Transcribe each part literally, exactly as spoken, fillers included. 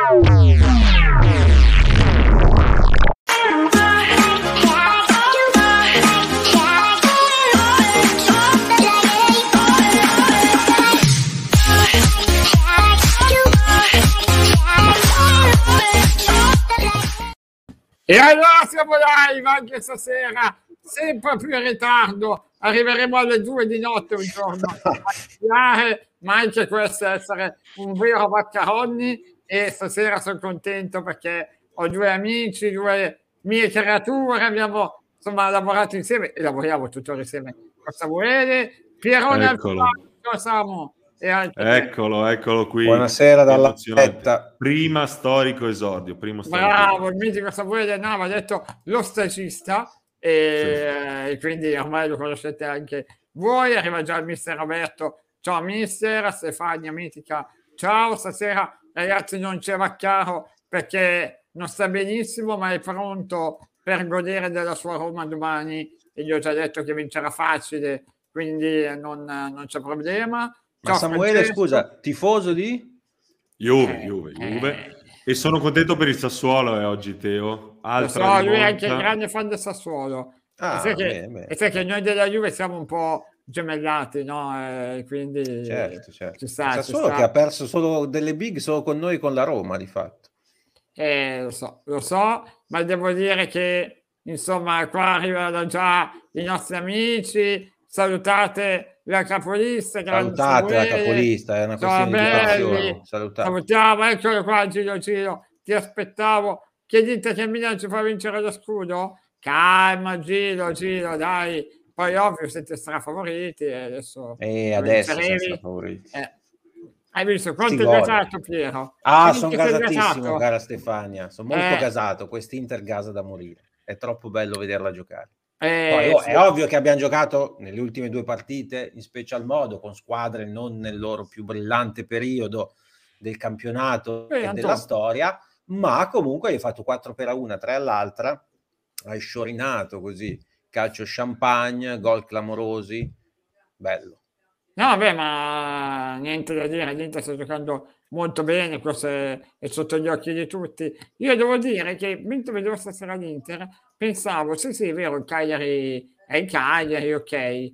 E allora siamo live anche stasera, sempre più in ritardo, arriveremo alle due di notte un giorno a studiare, ma anche questo è essere un vero vaccaronni. E stasera sono contento perché ho due amici, due mie creature, abbiamo insomma lavorato insieme e lavoriamo tuttora insieme con Samuele, Pierone Eccolo. Alfano, Samu, e anche Eccolo, eccolo qui. Buonasera dalla Emozionante. Letta. Prima storico esordio. Primo storico bravo, esordio. il mitico Samuele no, aveva detto lo stagista e, e quindi ormai lo conoscete anche voi. Arriva già il mister Roberto. Ciao mister, Stefania mitica, ciao. Stasera ragazzi non c'è Vaccaro perché non sta benissimo, ma è pronto per godere della sua Roma domani e gli ho già detto che vincerà facile, quindi non, non c'è problema. Ma Ciao, Samuele, Francesco. scusa, tifoso di? Juve, Eh, Juve, eh. Juve. E sono contento per il Sassuolo eh, oggi, Teo. Lo Altra so, lui è anche rimonta. grande fan del Sassuolo. Ah, e, sai che, bene, bene. e sai che noi della Juve siamo un po' gemellati, no? Eh, quindi Certo, certo. ci sta, Il ci Sassuolo sta. che ha perso solo delle big solo con noi con la Roma, di fatto. Eh, lo so, lo so, ma devo dire che insomma qua arrivano già i nostri amici. Salutate la capolista, grande Salutate la Samuele. capolista, è una Ciao, questione di educazione. belli. Salutate. Salutiamo, eccolo qua, Giro Giro, ti aspettavo. Che dite che Milan ci fa vincere lo scudo? Calma, Giro, Giro, dai. Poi ovvio siete strafavoriti e adesso... E lo adesso vincerevi. siamo favoriti. Eh. Hai visto quanto Sti è gol. gasato, Piero? Ah, Quanto sono sei gasatissimo, gasato? cara Stefania. Sono molto Eh. gasato. Quest'Inter gasa da morire. È troppo bello vederla giocare. Eh, Poi, oh, sì. è ovvio che abbiamo giocato nelle ultime due partite in special modo con squadre non nel loro più brillante periodo del campionato Eh, e Anto. della storia, ma comunque hai fatto quattro per una, tre all'altra, hai sciorinato così, calcio champagne, gol clamorosi, bello. No, vabbè, ma niente da dire, l'Inter sta giocando molto bene, questo è, è sotto gli occhi di tutti. Io devo dire che mentre vedevo stasera l'Inter, pensavo, sì sì, è vero, il Cagliari è il Cagliari, ok.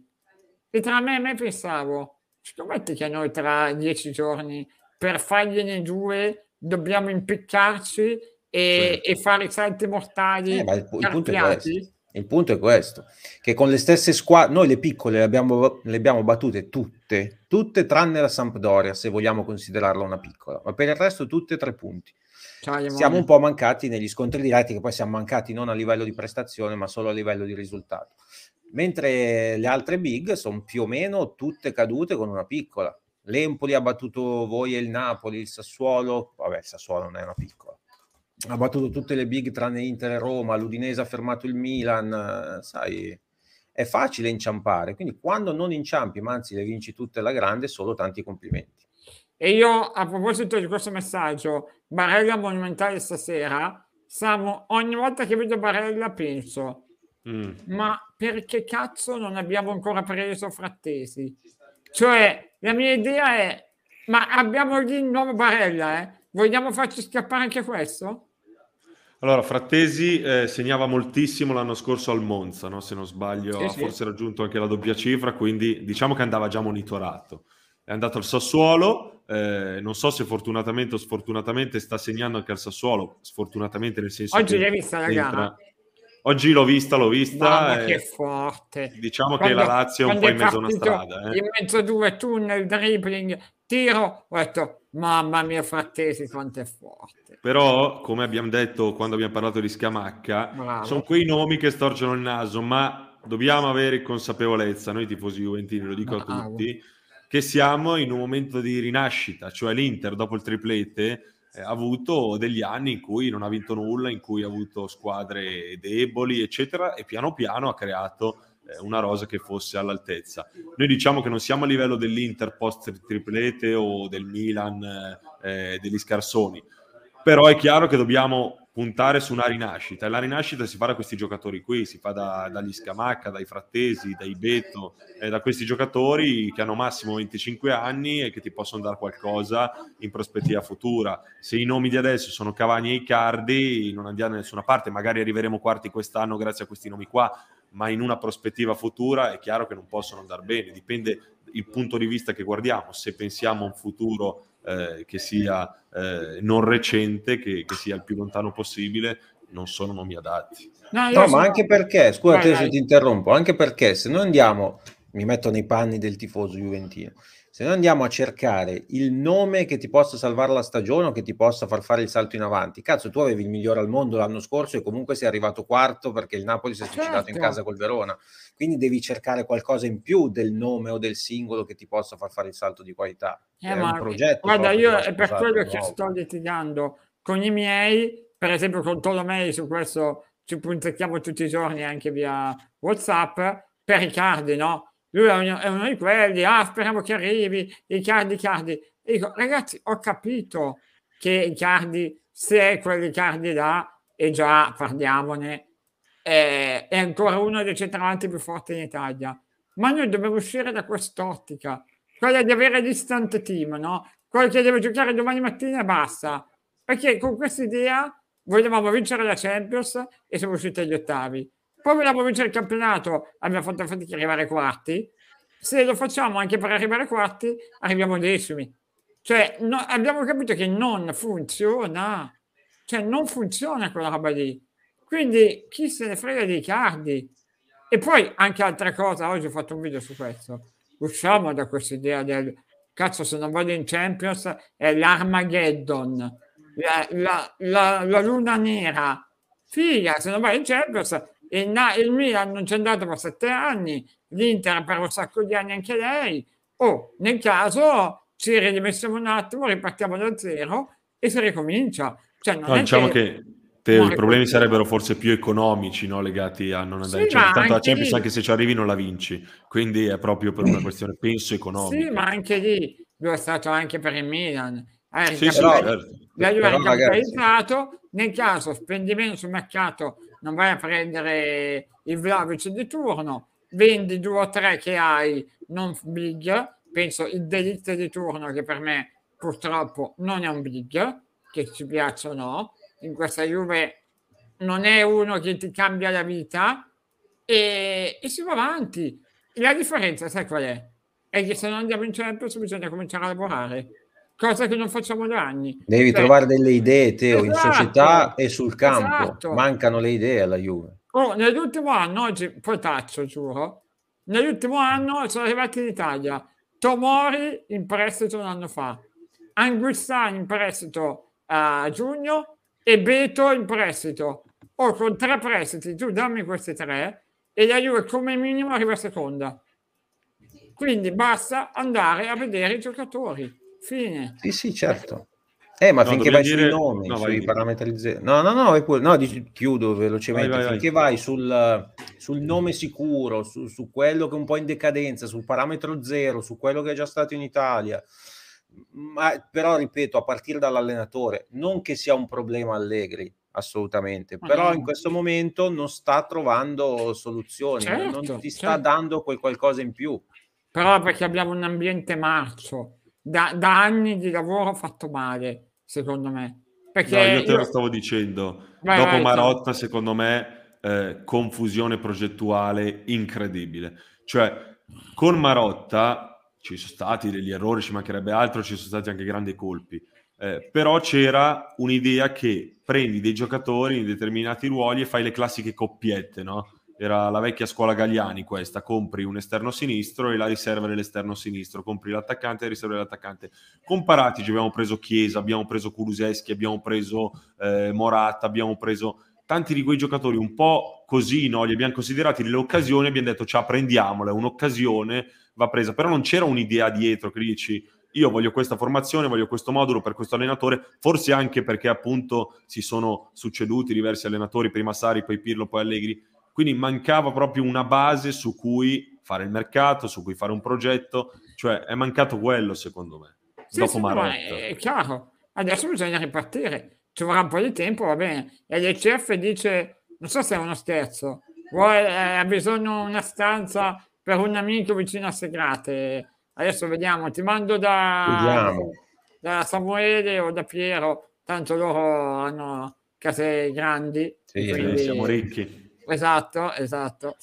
E tra me e me pensavo, scommetti che noi tra dieci giorni, per fargliene due, dobbiamo impiccarci e, e fare i salti mortali Eh, ma il, il punto è carpiati? questo. Il punto è questo, che con le stesse squadre, noi le piccole le abbiamo, le abbiamo battute tutte, tutte tranne la Sampdoria, se vogliamo considerarla una piccola, ma per il resto tutte e tre punti. Ciao, Limone. Siamo un po' mancati negli scontri diretti, che poi siamo mancati non a livello di prestazione, ma solo a livello di risultato. Mentre le altre big sono più o meno tutte cadute con una piccola. L'Empoli ha battuto voi e il Napoli, il Sassuolo, vabbè, il Sassuolo non è una piccola. Ha battuto tutte le big tranne Inter e Roma, l'Udinese ha fermato il Milan, sai, è facile inciampare, quindi quando non inciampi, ma anzi le vinci tutte alla grande, solo tanti complimenti. E io, a proposito di questo messaggio, Barella monumentale stasera, Samu, ogni volta che vedo Barella penso, Mm. ma perché cazzo non abbiamo ancora preso Frattesi? Cioè, la mia idea è, ma abbiamo lì il nuovo Barella, eh? Vogliamo farci scappare anche questo? Allora, Frattesi eh, segnava moltissimo l'anno scorso al Monza, no? Se non sbaglio, Sì, ha sì. forse raggiunto anche la doppia cifra, quindi diciamo che andava già monitorato. È andato al Sassuolo, eh, non so se fortunatamente o sfortunatamente sta segnando anche al Sassuolo, sfortunatamente nel senso Oggi che l'hai vista la entra- gara? Oggi l'ho vista, l'ho vista. Mamma, eh, che forte! Diciamo Quando- che la Lazio è un po' quando in mezzo a una partito strada. eh. In mezzo a due tunnel, dribbling, tiro, ho detto, mamma mia, Frattesi, quanto è forte. Però, come abbiamo detto quando abbiamo parlato di Scamacca, Bravo. sono quei nomi che storcono il naso, ma dobbiamo avere consapevolezza, noi tifosi juventini, lo dico Bravo. a tutti, che siamo in un momento di rinascita, cioè l'Inter dopo il triplete eh, ha avuto degli anni in cui non ha vinto nulla, in cui ha avuto squadre deboli, eccetera, e piano piano ha creato eh, una rosa che fosse all'altezza. Noi diciamo che non siamo a livello dell'Inter post triplete o del Milan, eh, degli scarsoni, però è chiaro che dobbiamo puntare su una rinascita, e la rinascita si fa da questi giocatori qui, si fa da, dagli Scamacca, dai Frattesi, dai Beto, eh, da questi giocatori che hanno massimo venticinque anni e che ti possono dare qualcosa in prospettiva futura. Se i nomi di adesso sono Cavani e Icardi, non andiamo da nessuna parte, magari arriveremo quarti quest'anno grazie a questi nomi qua, ma in una prospettiva futura è chiaro che non possono andare bene, dipende il punto di vista che guardiamo, se pensiamo a un futuro Eh, che sia eh, non recente, che, che sia il più lontano possibile, non sono nomi adatti. No, no sono... ma anche perché, scusate se ti interrompo, anche perché se noi andiamo, mi metto nei panni del tifoso juventino, se noi andiamo a cercare il nome che ti possa salvare la stagione o che ti possa far fare il salto in avanti, cazzo, tu avevi il migliore al mondo l'anno scorso e comunque sei arrivato quarto perché il Napoli si è suicidato certo. in casa col Verona, quindi devi cercare qualcosa in più del nome o del singolo che ti possa far fare il salto di qualità. Eh, è ma, un progetto. Guarda, io è per quello che nuovo. sto litigando con i miei, per esempio con Tolomei, su questo ci punzecchiamo tutti i giorni anche via WhatsApp, per Icardi, no? Lui è uno, è uno di quelli, ah, speriamo che arrivi, Icardi, Icardi. E dico, ragazzi, ho capito che Icardi, se è quell'Icardi là, e già parliamone, è, è ancora uno dei centravanti più forti in Italia. Ma noi dobbiamo uscire da quest'ottica, quella di avere l'Instant Team, no? Quello che deve giocare domani mattina e basta. Perché con questa idea volevamo vincere la Champions e siamo usciti agli ottavi. Poi volevamo vincere il campionato, abbiamo fatto fatica ad arrivare ai quarti. Se lo facciamo anche per arrivare ai quarti, arriviamo decimi. Cioè, no, abbiamo capito che non funziona. Cioè, non funziona quella roba lì. Quindi, chi se ne frega di Icardi? E poi, anche altra cosa, oggi ho fatto un video su questo. Usciamo da questa idea del, cazzo, se non vado in Champions è l'Armageddon, la, la, la, la luna nera. Figa, se non vai in Champions... Il, il Milan non c'è andato per sette anni, l'Inter per un sacco di anni anche lei. O oh, nel caso ci rimessiamo un attimo, ripartiamo da zero e si ricomincia. Cioè, non no, è diciamo che, che te, i problemi sarebbero forse più economici, no? Legati a non andare sì, in Champions. Tanto la Champions, lì... anche se ci arrivi, non la vinci. Quindi è proprio per una questione, penso, economica. Sì, ma anche lì lo è stato anche per il Milan. Hai sì, sì, certo. La Juve ha ricapitalizzato, nel caso spendi meno sul mercato, non vai a prendere il Vlahovic di turno, vendi due o tre che hai non big, penso il Delite di turno che per me purtroppo non è un big, che ci piaccia o no, in questa Juve non è uno che ti cambia la vita e, e si va avanti. La differenza sai qual è? È che se non andiamo in Champions bisogna cominciare a lavorare, cosa che non facciamo da anni. Devi cioè, trovare delle idee, Teo, esatto, in società e sul campo. Esatto. Mancano le idee alla Juve. Oh, nell'ultimo anno, oggi poi taccio, giuro, nell'ultimo anno sono arrivati in Italia Tomori in prestito un anno fa, Anguissani in prestito a giugno e Beto in prestito. O con tre prestiti, tu dammi questi tre e la Juve come minimo arriva a seconda. Quindi basta andare a vedere i giocatori. Fine. Sì, sì, certo. Eh, ma no, finché vai dire... sui nomi, no, sui parametri zero. No, no, no, pure... no dici, chiudo velocemente. Vai, vai, finché vai, vai sul, sul nome sicuro, su, su quello che è un po' in decadenza, sul parametro zero, su quello che è già stato in Italia. Ma però, ripeto, a partire dall'allenatore, non che sia un problema Allegri, assolutamente, ma però no. In questo momento non sta trovando soluzioni, certo, non ti sta certo. dando quel qualcosa in più. Però perché abbiamo un ambiente marcio. Da, da anni di lavoro fatto male, secondo me. Perché no, io te io... lo stavo dicendo. Vai, Dopo vai, Marotta, sì. secondo me, eh, confusione progettuale incredibile. Cioè, con Marotta ci sono stati degli errori, ci mancherebbe altro, ci sono stati anche grandi colpi. Eh, però c'era un'idea che prendi dei giocatori in determinati ruoli e fai le classiche coppiette, no? Era la vecchia scuola Galliani questa, compri un esterno sinistro e la riserva dell'esterno sinistro, compri l'attaccante e la riserva dell'attaccante. Comparati, abbiamo preso Chiesa, abbiamo preso Kulusevski, abbiamo preso eh, Morata, abbiamo preso tanti di quei giocatori un po' così, no? Li abbiamo considerati delle occasioni, abbiamo detto ciao, prendiamola, un'occasione va presa, però non c'era un'idea dietro che dici io voglio questa formazione, voglio questo modulo per questo allenatore, forse anche perché appunto si sono succeduti diversi allenatori, prima Sarri, poi Pirlo, poi Allegri. Quindi mancava proprio una base su cui fare il mercato, su cui fare un progetto, cioè è mancato quello secondo me, sì, dopo sì, Marotta. È chiaro, adesso bisogna ripartire, ci vorrà un po' di tempo, va bene. E l'E C F dice, non so se è uno scherzo, vuoi, eh, ha bisogno di una stanza per un amico vicino a Segrate. Adesso vediamo, ti mando da, Vediamo. da Samuele o da Piero, tanto loro hanno case grandi. Sì, e quindi- Siamo ricchi. Esatto, esatto.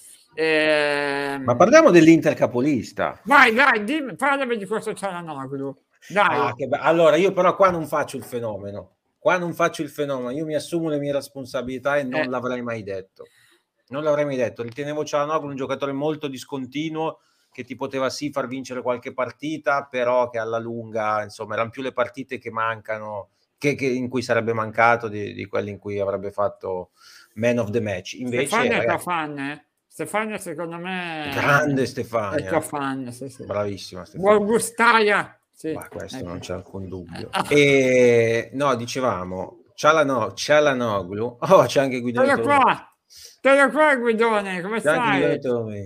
Ehm, Ma parliamo dell'Inter capolista. Vai, dai, dimmi, parlami di questo Cialanoglu. Dai, Ah, che be- allora, io però qua non faccio il fenomeno. Qua non faccio il fenomeno. Io mi assumo le mie responsabilità e non Eh. l'avrei mai detto. Non l'avrei mai detto. Ritenevo Cialanoglu un giocatore molto discontinuo che ti poteva sì far vincere qualche partita, però che alla lunga, insomma, erano più le partite che mancano, che, che in cui sarebbe mancato di, di quelle in cui avrebbe fatto man of the match. Invece, Stefania è tua ragazzi, fan, eh? Stefania secondo me grande è Stefania. tua fan, sì, sì. Bravissima Stefania. Buon gustaia. Sì. Ma questo Ecco. non c'è alcun dubbio. Ah. E no, dicevamo, Cialano- Cialanoglu. Oh, c'è anche Guidone Eccolo Tolomei. qua, eccolo qua Guidone, come C'è anche Guidone stai? Tolomei.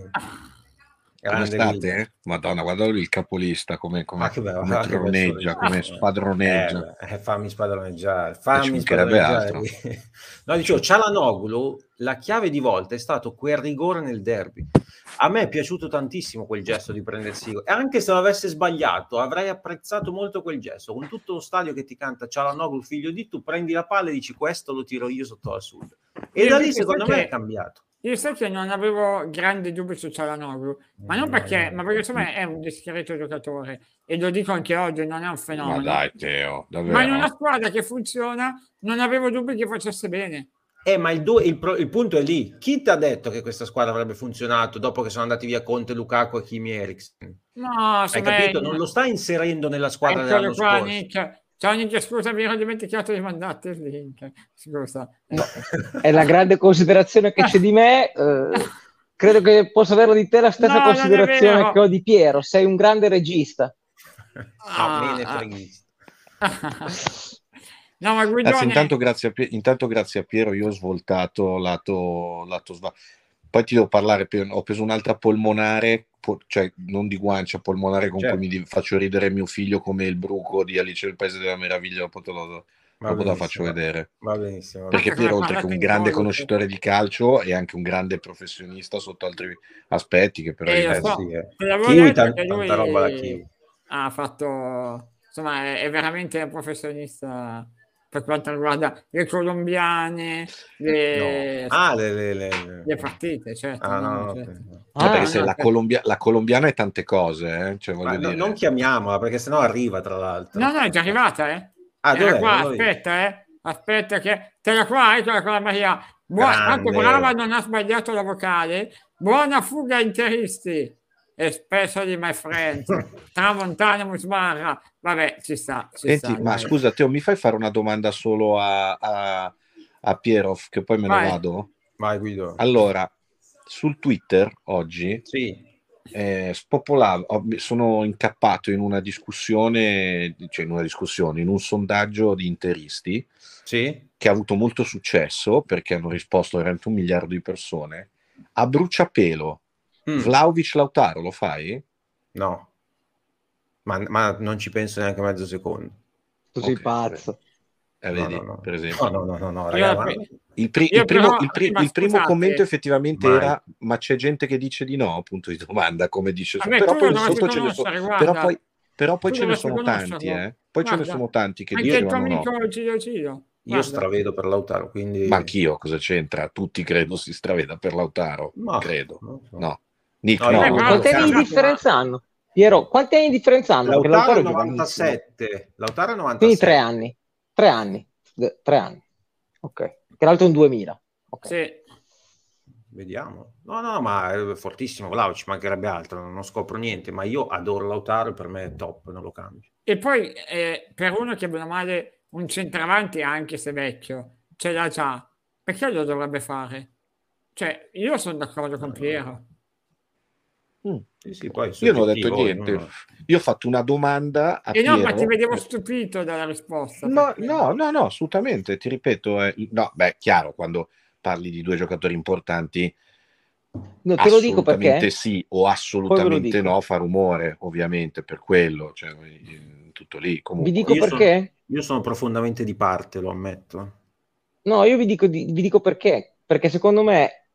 Come Grande state? Guido. Eh? Madonna, guardalo lì il capolista come, come, Ah, che bello, come ah, che bel troneggia, sorriso. come spadroneggia. Eh, beh, eh, fammi spadroneggiare, ci fammi mancherebbe spadroneggiare. No, dicevo, Cialanoglu, la chiave di volta è stato quel rigore nel derby. A me è piaciuto tantissimo quel gesto di prendersi, e anche se avesse sbagliato, avrei apprezzato molto quel gesto. Con tutto lo stadio che ti canta Cialanoglu, figlio di tu, prendi la palla e dici questo lo tiro io sotto la sud. E Io da lì invece secondo sai me che- è cambiato. Io sai che non avevo grandi dubbi su Cialanoglu, ma non perché, ma perché insomma è un discreto giocatore e lo dico anche oggi, non è un fenomeno. Ma dai, Teo, Ma in davvero? una squadra che funziona non avevo dubbi che facesse bene. Eh, ma il, due- il, pro- il punto è lì. Chi ti ha detto che questa squadra avrebbe funzionato dopo che sono andati via Conte, Lukaku e Kimi Eriksen? No, Hai insomma, capito? è- Non lo stai inserendo nella squadra Eccolo dell'anno qua, scorso. Nick. Ciao Nick, scusa, mi ero dimenticato di mandarti il link. Scusa. No, è la grande considerazione che c'è di me. eh, credo che possa averla di te la stessa No, non è considerazione vero. che ho di Piero. Sei un grande regista. No, me ne Ah, freghista. No, ma Anzi, Guidone, intanto grazie, a Pie- intanto grazie a Piero io ho svoltato lato, lato sva- poi ti devo parlare, Piero, ho preso un'altra polmonare, po- cioè non di guancia, polmonare con Certo. cui mi di- faccio ridere mio figlio come il bruco di Alice nel Paese della Meraviglia, dopo te lo, Va dopo te la benissimo, faccio vedere. Va benissimo. va Perché Anche Piero, come oltre che parlate un in grande codice. conoscitore di calcio, è anche un grande professionista sotto altri aspetti che però Eh, io lo Eh, so, sì, eh. te l'avevo Kiwi, detto tan- che lui tanta roba da Kiwi. ha fatto, insomma, è, è veramente un professionista per quanto riguarda le colombiane, le, No. Ah, le, le, le, le- le partite, certo. Ah, no, no, no, certo. no. No, Ah, perché no, se no, la, certo. colombia- la colombiana è tante cose, eh? Cioè, voglio Ma no- dire, non chiamiamola perché sennò arriva tra l'altro. No, no, è già arrivata, eh. Ah, Era dov'è? qua, Non l'ho visto. aspetta, eh. Aspetta che... Te la qua, eccola qua, Maria. Buona, tanto Grande. brava, non ha sbagliato la vocale. Buona fuga interisti. E spesso di my friends. Tramontana Musmarra. Vabbè, ci sta, ci Senti, sta. ma dai. scusa, Teo, mi fai fare una domanda solo a, a, a Pierov, che poi me Vai. ne vado? Vai Guido. Allora, sul Twitter oggi Sì. eh, spopolavo, ho- sono incappato in una discussione, cioè in una discussione, in un sondaggio di interisti Sì? che ha avuto molto successo perché hanno risposto veramente un miliardo di persone. A bruciapelo, Mm. Vlahovic Lautaro, lo fai? No. Ma, ma non ci penso neanche mezzo secondo. tu sei Ok, pazzo. Eh, No, vedi, no, no. per esempio. No, no, no, no, no, Io raga, la- ma- Il, pri- Io il primo, però- il pri- ma il primo scusate. commento effettivamente Vai. era ma c'è gente che dice di no, punto di domanda, come dice Vabbè, però tu poi lo dovresti sotto ce ne sono conoscere, guarda. però poi, però poi Tu ce ne dovresti sono tanti conoscerlo. eh. Poi ce ne Guarda, sono tanti che Anche il tuo dicevano no, amico Cido Cido. io Guarda. stravedo per Lautaro, quindi... ma anch'io cosa c'entra? Tutti credo si straveda per Lautaro, Ma- credo, non so. no Nick No, no, io- Eh, no, però- Quanti anni di Esatto, differenza hanno? Piero, quanti anni di differenza hanno? Perché Lautaro è Lautaro è giovanissimo. novantasette. Lautaro è novantasette. Quindi tre anni. Tre anni. De- tre anni. Ok. Che l'altro è un duemila. Ok. Sì. Vediamo. No, no, ma è fortissimo. Vlahovic, ci mancherebbe altro, non scopro niente, ma io adoro Lautaro e per me è top, non lo cambio. E poi eh, per uno che bene o male un centravanti, anche se vecchio, ce l'ha già, perché lo dovrebbe fare? Cioè, io sono d'accordo con Piero. Mm. Sì, sì, poi Io non ho detto soggettivo, niente, no, no. io ho fatto una domanda a E no, ma Piero. ti vedevo stupito dalla risposta. No, perché- no, no, no, assolutamente, ti ripeto, eh, no, beh, chiaro, quando parli di due giocatori importanti, No, te lo dico Assolutamente perché, sì o poi ve lo assolutamente dico. no fa rumore, ovviamente, per quello, cioè, eh, tutto lì Vi comunque. dico Io sono, perché? io sono profondamente di parte, lo ammetto. No, io vi dico, di- vi dico perché. Perché secondo me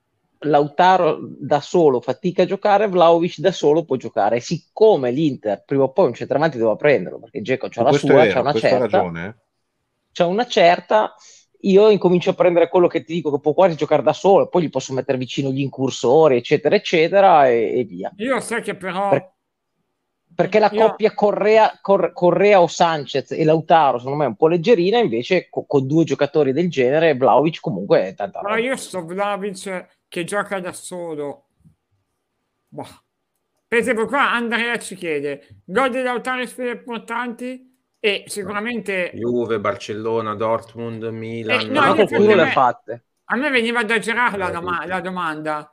Lautaro da solo fatica a giocare, Vlahovic da solo può giocare. E siccome l'Inter prima o poi un centravanti doveva prenderlo, perché Dzeko c'ha Su la questo è sua, c'ha vero, una questo ha certa, ragione. eh. c'ha una certa, io incomincio a prendere quello che ti dico che può quasi giocare da solo, poi gli posso mettere vicino gli incursori, eccetera, eccetera, e, e via. Io sai che però, Per- perché la io, coppia Correa, Cor- Correa o Sanchez e Lautaro, secondo me, è un po' leggerina, invece co- con due giocatori del genere, Vlahovic comunque è tanta però roba. io sto Vlahovic che gioca da solo. Boh. Per esempio qua Andrea ci chiede, gol di Lautaro in sfide importanti e sicuramente, Juve, Barcellona, Dortmund, eh, Milan, no, Secondo in me effetti qualcuno a le ha Napoli. me, fatte. a me veniva da girare la, Eh, doma- tutte. la domanda.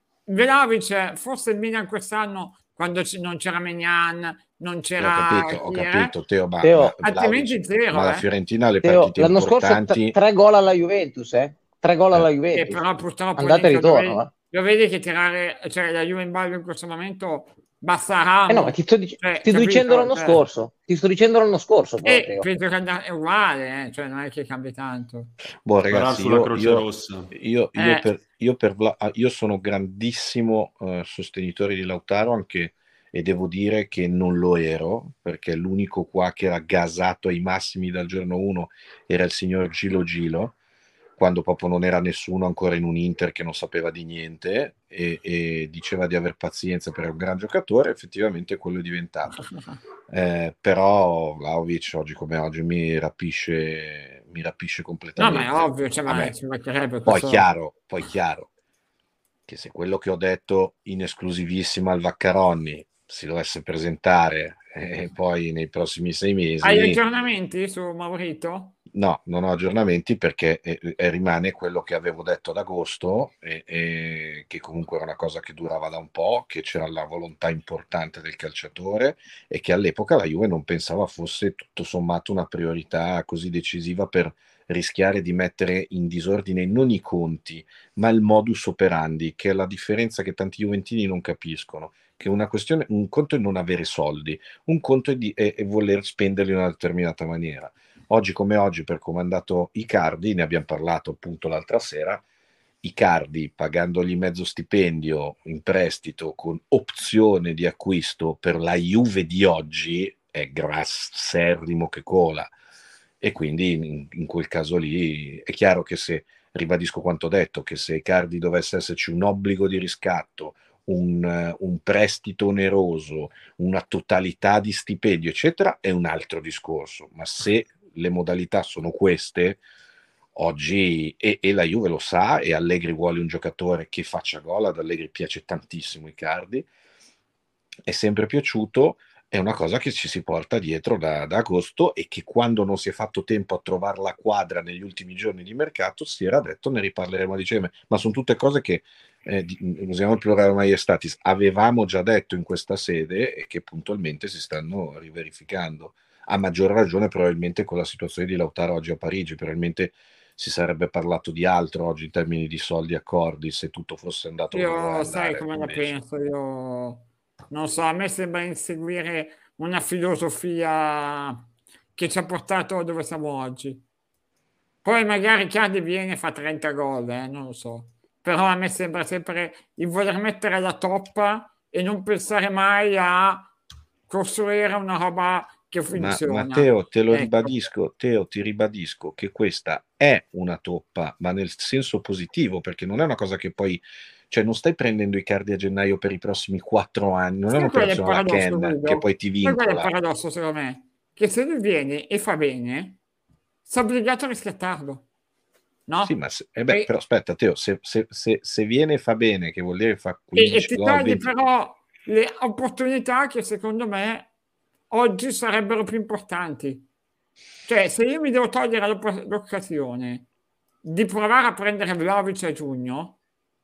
Vlahovic, forse il Milan quest'anno, quando ci- non c'era Maignan, non Sì, ho c'era capito, ho Chiere, capito, Teo, ma, ma Teo, Vlahovic, altrimenti ma zero, la eh. Fiorentina alle Teo, partite l'anno scorso t- importanti, tre gol alla Juventus, eh? Tre gol eh, alla E Juventus. però purtroppo Andata e Nico, lo ritorno, vedi, eh? lo vedi che tirare, cioè la Juve in ballo in questo momento basta a Eh no, ma ti ramo, sto, dic- cioè, ti sto dicendo capito? l'anno Cioè, scorso. Ti sto dicendo l'anno scorso, però, e Teo. penso che and- è uguale, eh, cioè non è che cambi tanto. boh, Sparare ragazzi, sulla io, Croce io, Rossa. io, io Eh, per, io, per Vla- ah, io sono grandissimo eh, sostenitore di Lautaro anche, e devo dire che non lo ero, perché l'unico qua che era gasato ai massimi dal giorno uno era il signor Gilo Gilo, quando proprio non era nessuno ancora in un Inter che non sapeva di niente e, e diceva di aver pazienza per un gran giocatore, effettivamente quello è diventato. Eh, però Vlahovic oggi come oggi mi rapisce, mi rapisce no, ma è completamente. ovvio, cioè, A ma me. ci mancherebbe Poi questo. chiaro, poi chiaro che se quello che ho detto in esclusivissima al Vaccaronni si dovesse presentare e poi nei prossimi sei Hai mesi, aggiornamenti su Maurito? no, non ho aggiornamenti perché eh, eh, rimane quello che avevo detto ad agosto e, e che comunque era una cosa che durava da un po', che c'era la volontà importante del calciatore e che all'epoca la Juve non pensava fosse tutto sommato una priorità così decisiva per rischiare di mettere in disordine non i conti, ma il modus operandi, che è la differenza che tanti juventini non capiscono, che una questione, un conto è non avere soldi, un conto è, di, è, è voler spenderli in una determinata maniera. Oggi come oggi, per come è andato Icardi, ne abbiamo parlato appunto l'altra sera, Icardi pagandogli mezzo stipendio in prestito con opzione di acquisto per la Juve di oggi è grasserrimo che cola. E quindi in, in quel caso lì è chiaro che se, ribadisco quanto detto, che se Icardi dovesse esserci un obbligo di riscatto, un, un prestito oneroso, una totalità di stipendio, eccetera, è un altro discorso. Ma se le modalità sono queste, oggi, e, e la Juve lo sa, e Allegri vuole un giocatore che faccia gol, ad Allegri piace tantissimo Icardi, è sempre piaciuto, è una cosa che ci si porta dietro da, da agosto e che quando non si è fatto tempo a trovare la quadra negli ultimi giorni di mercato si era detto ne riparleremo a dicembre, ma sono tutte cose che eh, di, usiamo il plurale maiestatis, avevamo già detto in questa sede e che puntualmente si stanno riverificando, a maggior ragione probabilmente con la situazione di Lautaro oggi a Parigi, probabilmente si sarebbe parlato di altro oggi in termini di soldi accordi se tutto fosse andato come doveva Io sai andare, come la invece penso, io non so, a me sembra inseguire una filosofia che ci ha portato dove siamo oggi. Poi magari Chiadi viene e fa trenta gol, eh, non lo so. Però a me sembra sempre di voler mettere la toppa e non pensare mai a costruire una roba che Ma, ma funziona. Teo, te lo Ecco. ribadisco, Teo, ti ribadisco che questa è una toppa, ma nel senso positivo, perché non è una cosa che poi, cioè non stai prendendo i cardi a gennaio per i prossimi quattro anni, non è Sai qual è il un'operazione alla paradosso, Ken che Guido? poi ti Sai qual è il vincola. paradosso secondo me? Che se lui viene e fa bene, sei obbligato a riscattarlo, Sì, no? ma se, eh beh, E, però aspetta, Teo, se, se, se, se viene e fa bene, che vuol dire che fa e- e quindici ti gol, togli venti, però le opportunità che secondo me oggi sarebbero più importanti. Cioè, se io mi devo togliere l'opp- l'occasione di provare a prendere Vlahovic a giugno,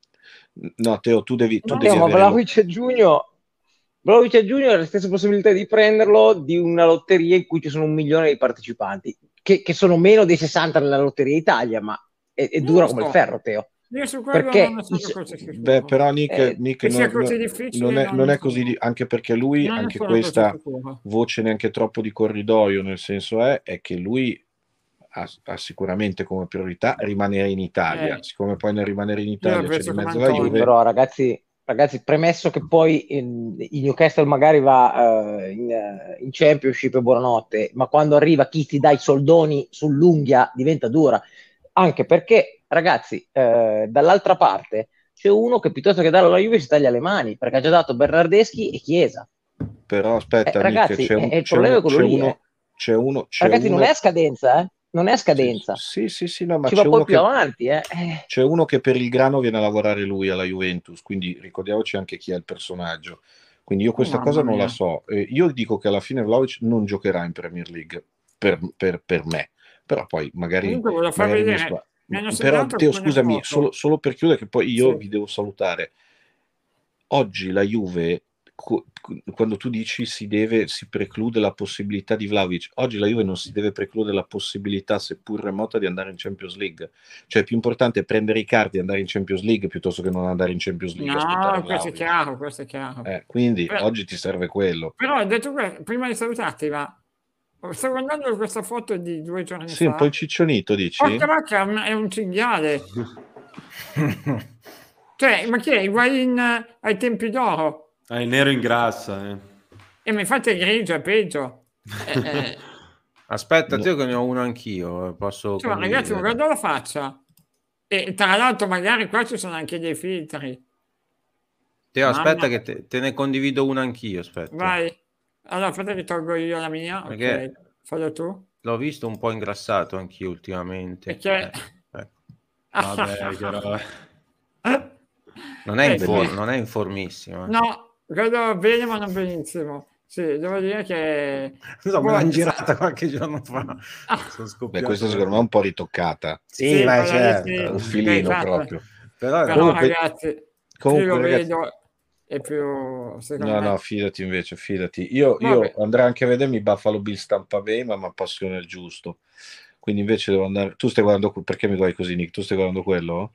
no, Teo, tu devi, tu non Teo, devi ma so. avere lo... Vlahovic a giugno, Vlahovic a giugno ha le stesse possibilità di prenderlo di una lotteria in cui ci sono un milione di partecipanti, che, che sono meno dei sessanta nella lotteria Italia, ma è, è Non dura lo come il so. ferro, Teo. Io su quello Perché non sono i- così sicuro. Beh, però Nick, eh, Nick Che sia non, così non- difficile non è, non non ne è così, sono. di- anche perché lui, Non ne anche sono così questa sicuro. voce neanche troppo di corridoio, nel senso è, è che lui ha, ha sicuramente come priorità rimanere in Italia. Eh, Siccome poi nel rimanere in io la Italia c'è di penso come mezzo la Sì, Antonio. Juve, però ragazzi, ragazzi, premesso che poi in- il Newcastle magari va eh, in, eh, in Championship e buonanotte, ma quando arriva chi ti dà i soldoni sull'unghia diventa dura. Anche perché, ragazzi, eh, dall'altra parte c'è uno che piuttosto che dare alla Juve si taglia le mani, perché ha già dato Bernardeschi e Chiesa. però Eh, aspetta Nick, ragazzi, c'è, eh, un- il c'è problema uno, è quello c'è lì, uno, eh. c'è uno, c'è Ragazzi, non è uno, a scadenza, eh? Non è a sì, scadenza. sì, sì, sì, no, ma Ci c'è va poi uno più che, avanti, eh. Eh, c'è uno che per il grano viene a lavorare lui alla Juventus, quindi ricordiamoci anche chi è il personaggio. Quindi io Oh, questa mamma cosa non la mia. so. Eh, io dico che alla fine Vlahovic non giocherà in Premier League per, per- per me, però poi magari, Comunque volevo far magari mi vedere, sbaglio. mi hanno Però segnalato Teo, alcune scusami, solo, foto. solo per chiudere, che poi io Sì. vi devo salutare. Oggi la Juve, cu- cu- quando tu dici si deve, si preclude la possibilità di Vlahovic, oggi la Juve non si deve precludere la possibilità, seppur remota, di andare in Champions League. Cioè è più importante prendere i cardi e andare in Champions League piuttosto che non andare in Champions League e aspettare No, questo è Vlahovic. chiaro, questo è chiaro. Eh, quindi Per- oggi ti serve quello. Però, detto questo, prima di salutarti, ma sto guardando questa foto di due giorni Sì, un po' fa. inciccionito, dici? Porca vacca, è un- è un cinghiale. Cioè, ma chi è? Higuain eh, ai tempi d'oro? Ah, il nero ingrassa, eh. E mi fate grigio, è peggio. Eh, eh, Aspetta, No. Teo, che ne ho uno anch'io, eh, posso insomma, ragazzi, condividere. guarda la faccia. E tra l'altro magari qua ci sono anche dei filtri. Teo, Mamma. aspetta che te, te ne condivido uno anch'io, aspetta. Vai. Allora, aspetta che tolgo io la mia. Perché- Ok, fallo tu. L'ho visto un po' ingrassato anch'io ultimamente. Perché... Eh, ecco. Vabbè, che roba. Non, è in Eh, for- sì. non è in formissimo. eh. No, vedo bene ma non benissimo. Sì, devo dire che... Non so, me Boh, l'hanno sa- girata qualche giorno fa. Ah. Sono Beh, scoppiato. questa secondo me è un po' ritoccata. Sì, Sì, ma quella lì certo. sì. Un Beh, filino esatto. proprio. Però, Però Comunque- ragazzi, comunque, più lo ragazzi- vedo e più secondo No, me... no, fidati invece, fidati. Io, io Vabbè. andrei anche a vedermi Buffalo Bill Tampa Bay, ma mi appassiona il giusto. Quindi invece devo andare... Tu stai guardando... Perché mi guardi così, Nick? Tu stai guardando quello?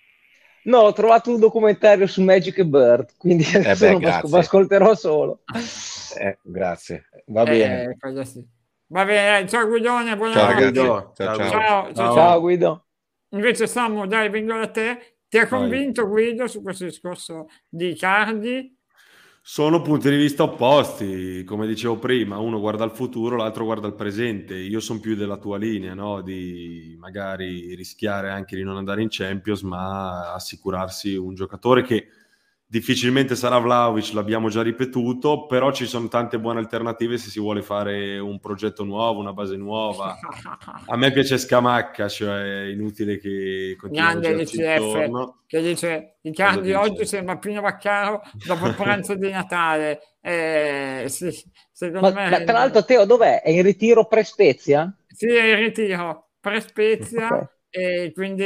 No, ho trovato un documentario su Magic e Bird, quindi adesso beh, lo asco- grazie. lo ascolterò solo. Eh, grazie. Va Eh, bene. quello sì. Va bene, ciao Guidone, Ciao buonanotte. ragazzi. Guido. Ciao, ciao. Ciao. Ciao, ciao, ciao. Ciao Guido. Invece Samu, dai, vengo da te. Ti ha Vai. convinto Guido su questo discorso di Icardi? Sono punti di vista opposti, come dicevo prima, uno guarda al futuro, l'altro guarda al presente. Io sono più della tua linea, no? Di magari rischiare anche di non andare in Champions, ma assicurarsi un giocatore che difficilmente sarà Vlahovic, l'abbiamo già ripetuto, però ci sono tante buone alternative se si vuole fare un progetto nuovo, una base nuova. A me piace Scamacca, cioè è inutile che continuiamo a Grande girarci l'I C F intorno. che dice Icardi Cosa dice? oggi sembra Pino Vaccaro dopo il pranzo di Natale. Eh, sì, secondo Ma, me ma tra l'altro Teo dov'è? È in ritiro pre-Spezia? sì, è in ritiro pre-Spezia Ok. e quindi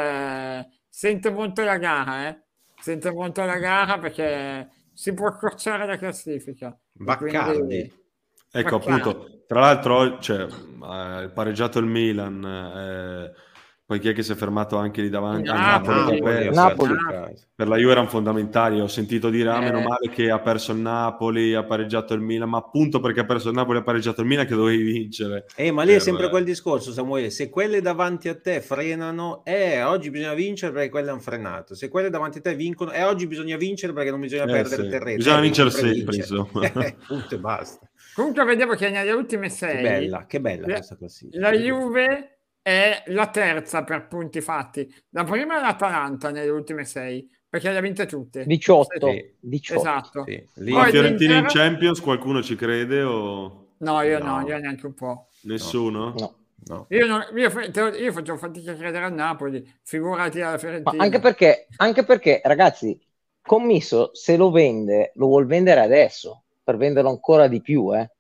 eh, sente molto la gara, eh. Sente molto la gara perché si può accorciare la classifica. E Baccardi. quindi- Ecco, Baccardi. appunto, tra l'altro, cioè, eh, pareggiato il Milan, eh, poi chi è che si è fermato anche lì davanti? Il Ah, Napoli. Napoli, che ha Napoli, perso. ha Napoli. perso in casa. Per la Juve erano fondamentali, ho sentito dire, ah, meno Eh. male che ha perso il Napoli, ha pareggiato il Milan, ma appunto perché ha perso il Napoli e ha pareggiato il Milan che dovevi vincere. Eh, ma lì è Per- sempre quel discorso, Samuele. Se quelle davanti a te frenano, eh, oggi bisogna vincere perché quelle hanno frenato. Se quelle davanti a te vincono, eh, oggi bisogna vincere perché non bisogna Eh, perdere sì. terreno. Bisogna Eh, vincere sempre sempre, vincere. insomma. Eh, punto e basta. Comunque vedevo che nelle ultime sei Che bella, che bella la- questa classifica. la Juve è la terza per punti fatti. La prima è l'Atalanta nelle ultime sei, perché le ha vinte tutte. diciotto. Sì. diciotto. Esatto. Sì, lì- Ma Poi Fiorentina in l'Inter- Champions, qualcuno ci crede o No, io no, No. io neanche un po'. nessuno? No. no. Io, non- io fa- te lo- io faccio fatica a credere al Napoli, figurati alla Ma Fiorentina. anche perché, anche perché, ragazzi, Commisso se lo vende, lo vuol vendere adesso, per venderlo ancora di più, eh.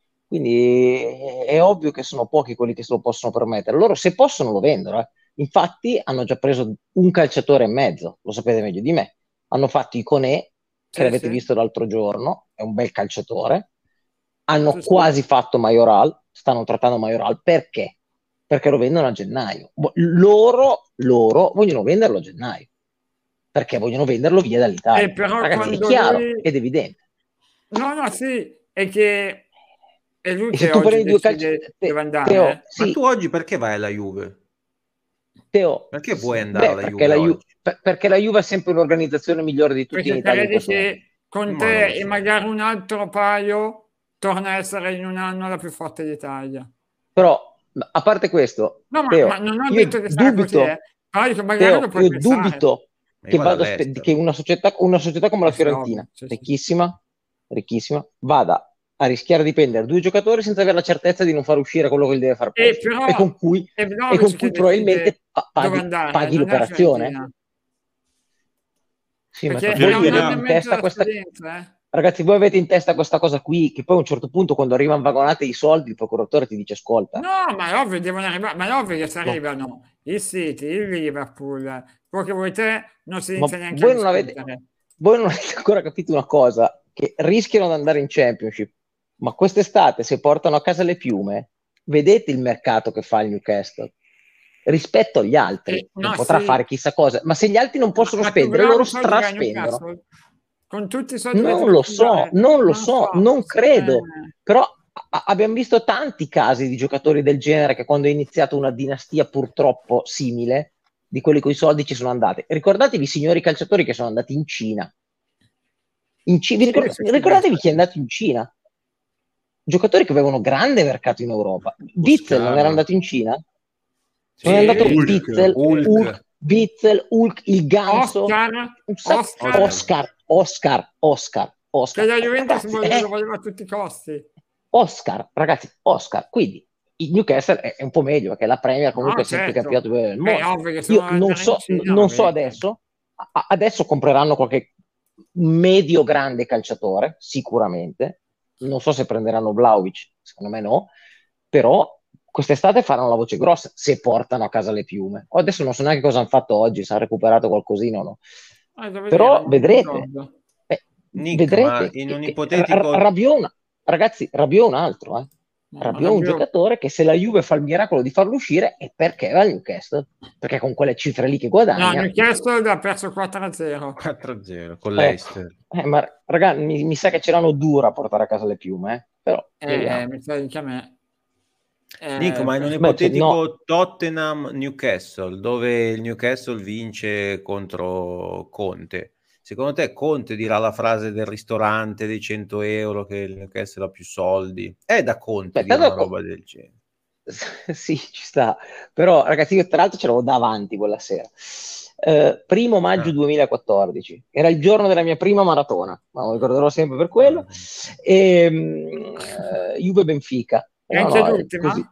Quindi è, è ovvio che sono pochi quelli che se lo possono permettere. Loro se possono lo vendono, eh. Infatti hanno già preso un calciatore e mezzo, lo sapete meglio di me. Hanno fatto Iconé, che Sì, l'avete sì. visto l'altro giorno, è un bel calciatore. Hanno Sì, sì. quasi fatto Majoral, stanno trattando Majoral, perché? perché lo vendono a gennaio. Loro, loro vogliono venderlo a gennaio, perché vogliono venderlo via dall'Italia. Eh, però Ragazzi, è quando chiaro lui- ed evidente. No, no, sì, è che è lui E se che tu oggi prendi due decide calci- Te- dove andare. Teo, eh. Ma sì, tu oggi perché vai alla Juve? Teo, Perché vuoi andare beh, alla perché Juve la Ju- oggi? per- perché la Juve è sempre un'organizzazione migliore di tutti in Perché Italia in credi questo momento. che con Ma non lo te e so. magari un altro paio torna a essere in un anno la più forte d'Italia. Però, a parte questo, No, ma, Teo, ma non ho io detto che sarà così, dubito, eh. Però dico, magari Teo, lo puoi io pensare. dubito Ma che, io vado vada a spe- all'estero. che una società, una società come la Eh sì, Fiorentina, ovvio, sì, sì. ricchissima, ricchissima, vada a rischiare di prendere due giocatori senza avere la certezza di non far uscire quello che gli deve far E posto però e con cui, è e con Vlahovic che cui decide probabilmente pa- dove paghi, andare, paghi non è la l'operazione. Fiorentina. Sì, ma Perché voi ha un anno avete e in mezzo testa di questa, esperienza, eh. ragazzi, voi avete in testa questa cosa qui, che poi a un certo punto quando arrivano vagonate i soldi, il procuratore ti dice ascolta, No, ma è ovvio, devono arrivare, ma è ovvio che si no, arrivano il City, il Liverpool, quello che vuoi te, non si ma inizia neanche a voi non avete, discutere. voi non avete ancora capito una cosa, che rischiano di andare in Championship, ma quest'estate se portano a casa le piume, vedete il mercato che fa il Newcastle rispetto agli altri, E, non no, potrà sì, fare chissà cosa, ma se gli altri non possono ma tu spendere, loro Vlahovic oggi va a straspendono. Newcastle? Con tutti i soldi che Non deve lo so, spendere? non lo Non lo so, so. non credo, Eh, però a- abbiamo visto tanti casi di giocatori del genere che quando è iniziata una dinastia purtroppo simile, di quelli con i soldi ci sono andati. Ricordatevi, signori calciatori, che sono andati in Cina. In Ci- vi sì, ricord- sì, sì, ricordatevi beh, chi è andato in Cina? Giocatori che avevano grande mercato in Europa. Witzel non era Oscar. andato in Cina? Non è Sì, andato Hulk. Witzel, Hulk. Hulk, Witzel, Hulk, il ganzo, Oscar, un sacco- Oscar, Oscar, Oscar, Oscar, che Oscar. la Juventus Ragazzi, vole- eh, lo voleva a tutti i costi. Oscar, ragazzi, Oscar. Quindi il Newcastle è, è un po' meglio perché la Premier comunque No, è sempre il certo, campionato del è mondo. ovvio che se Io uno non andare in so, Cina, non so vabbè. adesso, a- adesso compreranno qualche medio grande calciatore, sicuramente. Non so se prenderanno Vlahovic, secondo me no, però quest'estate faranno la voce grossa se portano a casa le piume. O adesso non so neanche cosa hanno fatto oggi, se hanno recuperato qualcosina o no. Ah, devo Però dire, non vedrete, ricordo. eh, Nick, ma vedrete in che, un che ipotetico... Ra- Rabiot, ragazzi, Rabiot è un altro, eh. No, Rabiot è un Rabiot- giocatore che se la Juve fa il miracolo di farlo uscire è perché va al Newcastle, perché con quelle cifre lì che No, guadagna, Newcastle ha perso quattro a zero. quattro a zero con eh, l'Eister. eh, ma raga, mi, mi sa che ce l'hanno dura a portare a casa le piume, eh. Però Eh, vediamo. mi sa anche a me. Eh, Nick, ma in un Beh, cioè, ipotetico no. Tottenham-Newcastle, dove il Newcastle vince contro Conte, secondo te Conte dirà la frase del ristorante dei cento euro che il Newcastle ha più soldi? È da Conte Beh, dire tanto una co- roba del genere. Sì, ci sta. Però, ragazzi, io tra l'altro ce l'avevo davanti quella sera. Eh, primo maggio Ah. duemilaquattordici, era il giorno della mia prima maratona, ma lo ricorderò sempre per quello. Ah. E, mm, eh, Juve Benfica, E no, anche no, è l'ultima? così.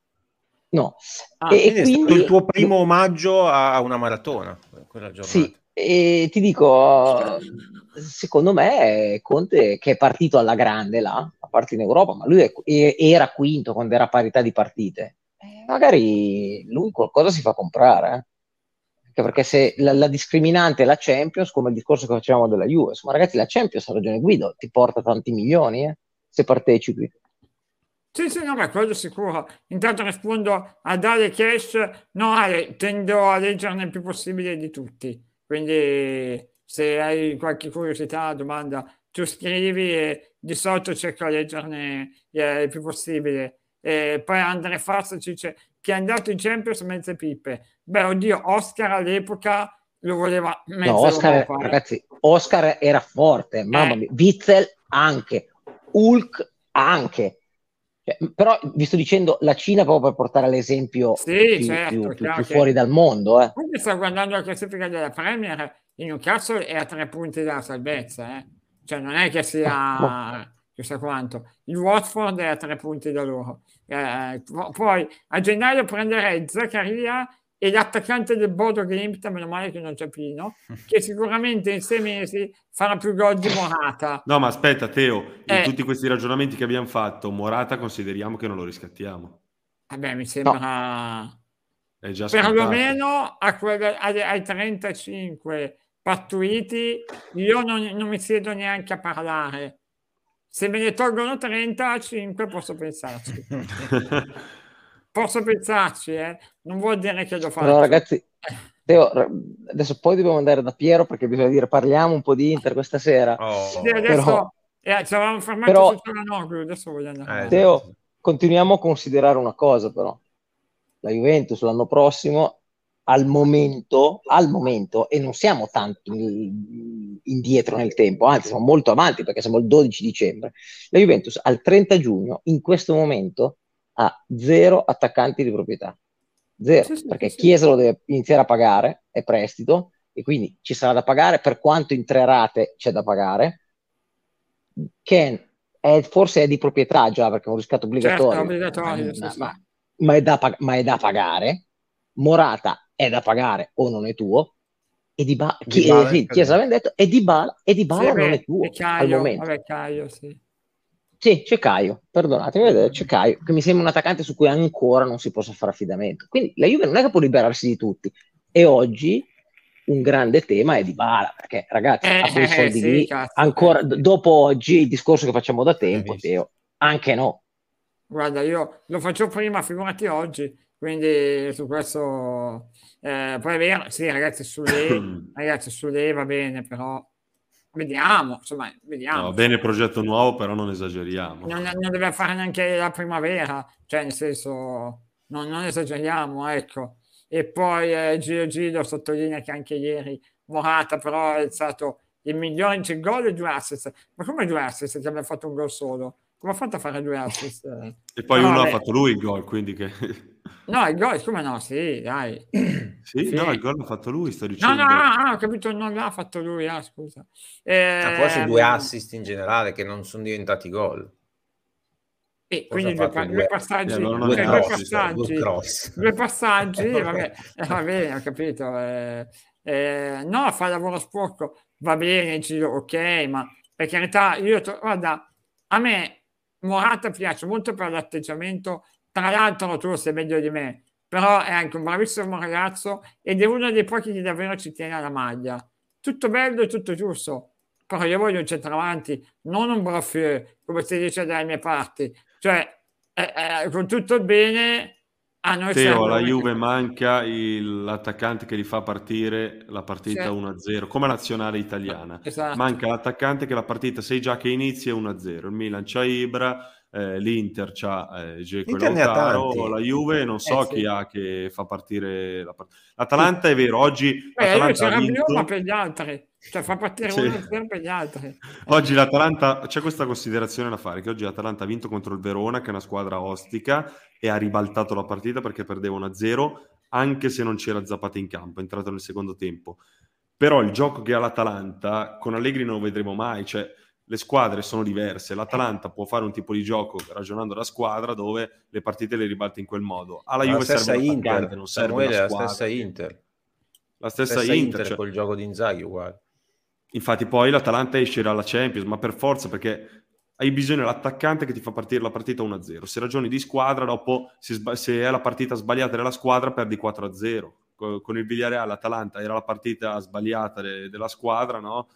No, Ah, e, e Quindi è stato quindi il tuo primo omaggio a a una maratona, quella giornata. sì, e ti dico, secondo me Conte che è partito alla grande là, a parte in Europa, ma lui è- e- era quinto quando era a parità di partite. Eh, magari lui qualcosa si fa comprare, eh. Anche perché se la, la discriminante è la Champions, come il discorso che facevamo della Juve, insomma ragazzi, la Champions, ha ragione Guido, ti porta tanti milioni, eh, se partecipi. sì, sì, no, ma quello sicuro. Intanto rispondo a Dale Cash. No, Ale, tendo a leggerne il più possibile di tutti. Quindi se hai qualche curiosità, domanda, tu scrivi e di solito cerco di leggerne eh, il più possibile. E poi Andre Farsa ci dice che è andato in Champions mezze pippe. Beh, oddio, Oscar all'epoca lo voleva No, mezza Oscar, Europa. eh. ragazzi, Oscar era forte, mamma Eh. mia, Witzel anche, Hulk anche. Cioè, però vi sto dicendo la Cina proprio per portare l'esempio Sì, più, certo, più- più- chiaro più che- fuori dal mondo. Eh. Comunque sto guardando la classifica della Premier, il Newcastle è a tre punti dalla salvezza, eh. Cioè non è che Ah, sia chissà quanto. Il Watford è a tre punti da loro. Eh, po- poi a gennaio prenderei Zaccaria e l'attaccante del Bodo Glimt, meno male che non c'è Pino, che sicuramente in sei mesi farà più gol di Morata. No, ma aspetta, Teo, in Eh. tutti questi ragionamenti che abbiamo fatto, Morata consideriamo che non lo riscattiamo. Vabbè, mi sembra... È già scontato. perlomeno a quelle- ai, ai trentacinque pattuiti io non, non mi siedo neanche a parlare. Se me ne tolgono trenta, a cinque posso pensarci. posso pensarci, eh? Non vuol dire che lo faccio. No, ragazzi, Teo, r- adesso poi dobbiamo andare da Piero perché bisogna dire parliamo un po' di Inter questa sera. Oh, Sì, adesso Però, eh, ci avevamo fermato però su Cialanoglu, adesso voglio andare eh, avanti. Teo, esatto. continuiamo a considerare una cosa però. La Juventus l'anno prossimo, al momento, al momento, e non siamo tanto in- indietro nel tempo, anzi siamo molto avanti perché siamo il dodici dicembre. La Juventus al trenta giugno, in questo momento, ha zero attaccanti di proprietà. Zero, Sì, sì, perché sì, sì. Chiesa lo deve iniziare a pagare, è prestito, e quindi ci sarà da pagare, per quanto in tre rate c'è da pagare. Ken è, forse è di proprietà già perché è un riscatto Certo, è obbligatorio, ma, obbligatorio, sì, ma- sì. ma- ma è da, pag- ma è da pagare. Morata è da pagare o non è tuo. E di ba- chi- eh, Dybala in sì, Chiesa scadenza. aveva detto, e di Bala, e di Sì, Bala non è beh, e tuo al Caio, momento. vabbè, Caio, sì. Sì, c'è Caio, perdonatemi, vedete, c'è Caio, che mi sembra un attaccante su cui ancora non si possa fare affidamento. Quindi la Juve non è che può liberarsi di tutti. E oggi un grande tema è Dybala, perché ragazzi, Eh, a quei eh, eh, soldi sì, lì, cazzo, ancora eh, d- sì. dopo oggi, il discorso che facciamo da Hai tempo, visto? Teo, anche no. Guarda, io lo faccio prima, figurati oggi, quindi su questo... eh, poi è vero, sì, ragazzi, sulle, ragazzi, sulle va bene, però vediamo, insomma, No, vediamo. bene, progetto nuovo, però non esageriamo. Non, non deve fare neanche la primavera, cioè nel senso, non, non esageriamo, ecco. E poi eh, Giro Giro sottolinea che anche ieri Morata però è stato il migliore in gol e due assist. Ma come due assist che abbia fatto un gol solo? Come ha fatto a fare due assist? E poi Però uno ha vabbè, fatto lui il gol, quindi che... no, il gol, come no? Sì, dai. Sì, no, il Sì. gol l'ha fatto lui, sto No, no, dicendo. ah, ah, ho capito, non l'ha fatto lui, ah, scusa. Ah, forse due Ehm, assist in generale che non sono diventati gol. E Forse ha quindi due, fatto pa- due due, E passaggi, allora non due è cioè due assist. cross, due passaggi, cross. due passaggi, vabbè, eh, va bene, ho capito. eh, eh, no, fa lavoro sporco, va bene, Giro, ok, ma per carità, io, to- guarda, a me Morata piace molto per l'atteggiamento, tra l'altro tu lo sai meglio di me, però è anche un bravissimo ragazzo ed è uno dei pochi che davvero ci tiene alla maglia. Tutto bello e tutto giusto, però io voglio un centravanti, non un Brafieux, come si dice dalle mie parti. Cioè, eh, eh, con tutto il bene, a noi Teo, serve alla un... Juve manca il- l'attaccante che li fa partire la partita Cioè, uno a zero, come nazionale italiana. esatto. Manca l'attaccante che la partita sai già che inizia uno a zero. Il Milan c'ha Ibra, eh, l'Inter c'ha eh, Dzeko e L'Inter ne ha Lautaro, la tanti. Juve non Eh so sì, chi ha che fa partire la partita. sì. L'Atalanta è vero, oggi Eh, io l'Atalanta ha c'era Rabiot, ma vinto. per gli altri. Cioè, fa partire Sì. uno a zero per gli altri. Eh, Oggi l'Atalanta, c'è questa considerazione da fare, che oggi l'Atalanta ha vinto contro il Verona, che è una squadra ostica, e ha ribaltato la partita perché perdeva uno a zero, anche se non c'era Zapata in campo, è entrato nel secondo tempo. Però il gioco che ha l'Atalanta, con Allegri non lo vedremo mai, cioè le squadre sono diverse. L'Atalanta può fare un tipo di gioco, ragionando da squadra, dove le partite le ribalta in quel modo. Alla Ma la Juve serve stessa un attaccante, Inter, non serve una Samuele, la squadra. stessa che- Inter. La stessa, Stessa Inter, Inter cioè, col gioco di Inzaghi uguale. infatti poi l'Atalanta esce dalla Champions, ma per forza, perché hai bisogno dell'attaccante che ti fa partire la partita uno a zero. Se ragioni di squadra, dopo se, sba- se è la partita sbagliata della squadra, perdi quattro a zero. Co- Con il Villarreal, l'Atalanta era la partita sbagliata de- della squadra, no?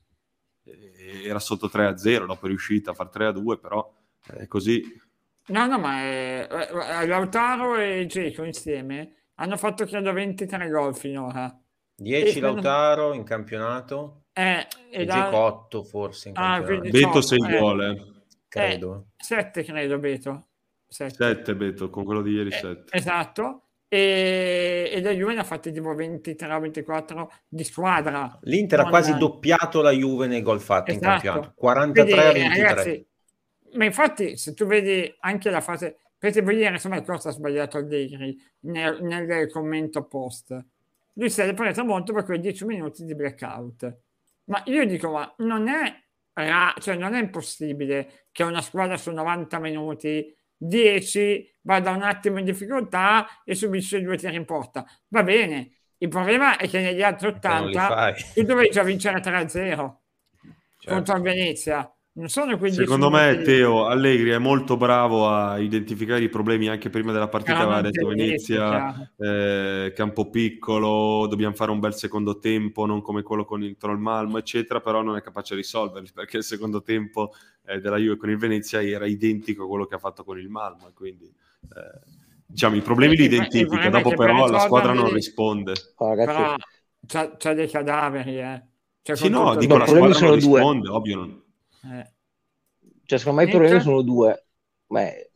E- Era sotto tre a zero, dopo è riuscita a fare tre a due, però è così. No, no, ma è- eh, eh, Lautaro e Dzeko insieme hanno fatto credo ventitré gol finora. E dieci se non- Lautaro in campionato eh, e e da... Dzeko otto forse in Ah, quindi campionato, Beto sei diciotto, eh, gol, eh. eh, credo. sette credo, Beto. sette. sette Beto, con quello di ieri Eh, sette. esatto. E, e la Juve ne ha fatti tipo ventitré o ventiquattro di squadra. L'Inter ha Non, quasi doppiato la Juve nei gol fatti in campionato, esatto. Quindi, quarantatré a ventitré. ragazzi, ma infatti se tu vedi anche la fase, perché voi ieri insomma cosa ha sbagliato Allegri nel, nel commento post. Lui si è ripreso molto per quei dieci minuti di blackout. Ma io dico, ma non è, ra- cioè non è impossibile che una squadra su novanta minuti, dieci, vada un attimo in difficoltà e subisce due tiri in porta. Va bene, il problema è che negli altri Perché non li ottanta fai. tu dovevi già vincere tre a zero Certo. contro il Venezia. Non sono quei dieci Secondo me minuti lì. Teo Allegri è molto bravo a identificare i problemi anche prima della partita, Però aveva non detto te li dici, Venezia, chiaro. eh, campo piccolo, dobbiamo fare un bel secondo tempo, non come quello con il Troll Malmo, eccetera, però non è capace di risolverli, perché il secondo tempo eh, della Juve con il Venezia era identico a quello che ha fatto con il Malmo, e quindi eh, diciamo, i problemi li Il- il identifica, problema è dopo che per però la squadra non risolverli- risponde. Oh, ragazzi, Però c'ha, c'ha dei cadaveri, eh. Cioè, Sì, con no, tutto dico No, la i problemi squadra non sono due. risponde, ovvio. Non... eh. Cioè, secondo me i Nick? problemi sono due. Beh,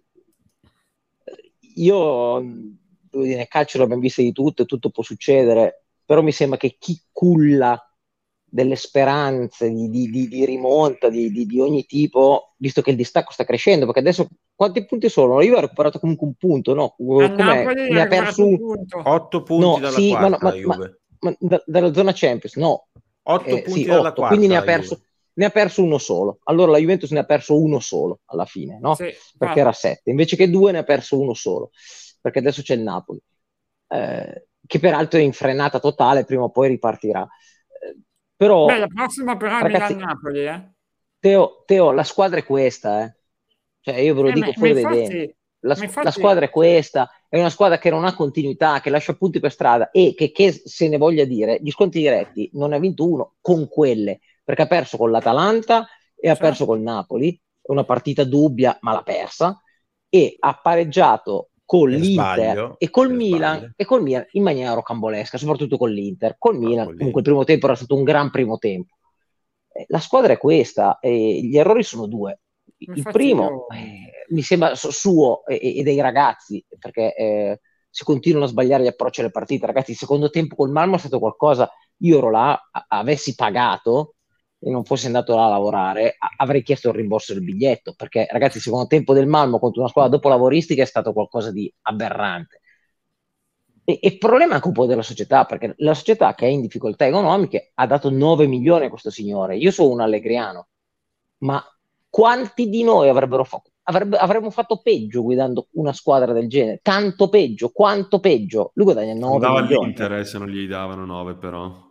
io mh, devo dire, nel calcio l'abbiamo visto di tutto e tutto può succedere, però mi sembra che chi culla delle speranze di, di- di- di rimonta di, di- di ogni tipo, visto che il distacco sta crescendo, perché adesso quanti punti sono? Io ho recuperato comunque un punto, no? A Com'è? Napoli Ne ha ha perso recuperato un un... punto. otto punti No, dalla sì, ma, no, quarta ma- la ma- Juve. ma da- dalla zona Champions, no. otto Eh, punti sì, dalla otto, quindi ne ha quarta la perso, Juve. ne ha perso uno solo. Allora la Juventus ne ha perso uno solo alla fine, no? Sì, Perché va. era sette, invece che due ne ha perso uno solo, perché adesso c'è il Napoli, eh, che peraltro è in frenata totale, prima o poi ripartirà. Eh, però, Beh, la prossima però è ragazzi, Milan-Napoli, eh. Teo, Teo, la squadra è questa, eh. Cioè, io ve lo Eh, ma, dico ma fuori dai denti. infatti, La, ma la squadra infatti è questa, è una squadra che non ha continuità, che lascia punti per strada e che, che se ne voglia dire, gli sconti diretti non ne ha vinto uno con quelle, perché ha perso con l'Atalanta e ha Certo. perso col Napoli, una partita dubbia ma l'ha persa, e ha pareggiato con Per l'Inter sbaglio, e col per Milan, sbaglio. e col Milan in maniera rocambolesca, soprattutto con l'Inter. Col Milan, con comunque il l'Inter. primo tempo era stato un gran primo tempo. Eh, La squadra è questa, e gli errori sono due. Il Infatti primo io... eh, mi sembra su- suo e, e dei ragazzi, perché eh, si continuano a sbagliare gli approcci alle partite. Ragazzi, il secondo tempo col Malmo è stato qualcosa. Io ero là, a- avessi pagato e non fossi andato là a lavorare, a- avrei chiesto il rimborso del biglietto, perché ragazzi, il secondo tempo del Malmo contro una squadra dopolavoristica è stato qualcosa di aberrante. E il problema è anche un po' della società, perché la società che è in difficoltà economiche ha dato nove milioni a questo signore. Io sono un allegriano, ma quanti di noi avrebbero fatto, avrebbe, avremmo fatto peggio guidando una squadra del genere? Tanto peggio, quanto peggio? Lui guadagna nove Andava milioni. all'Inter eh, se non gli davano nove, però.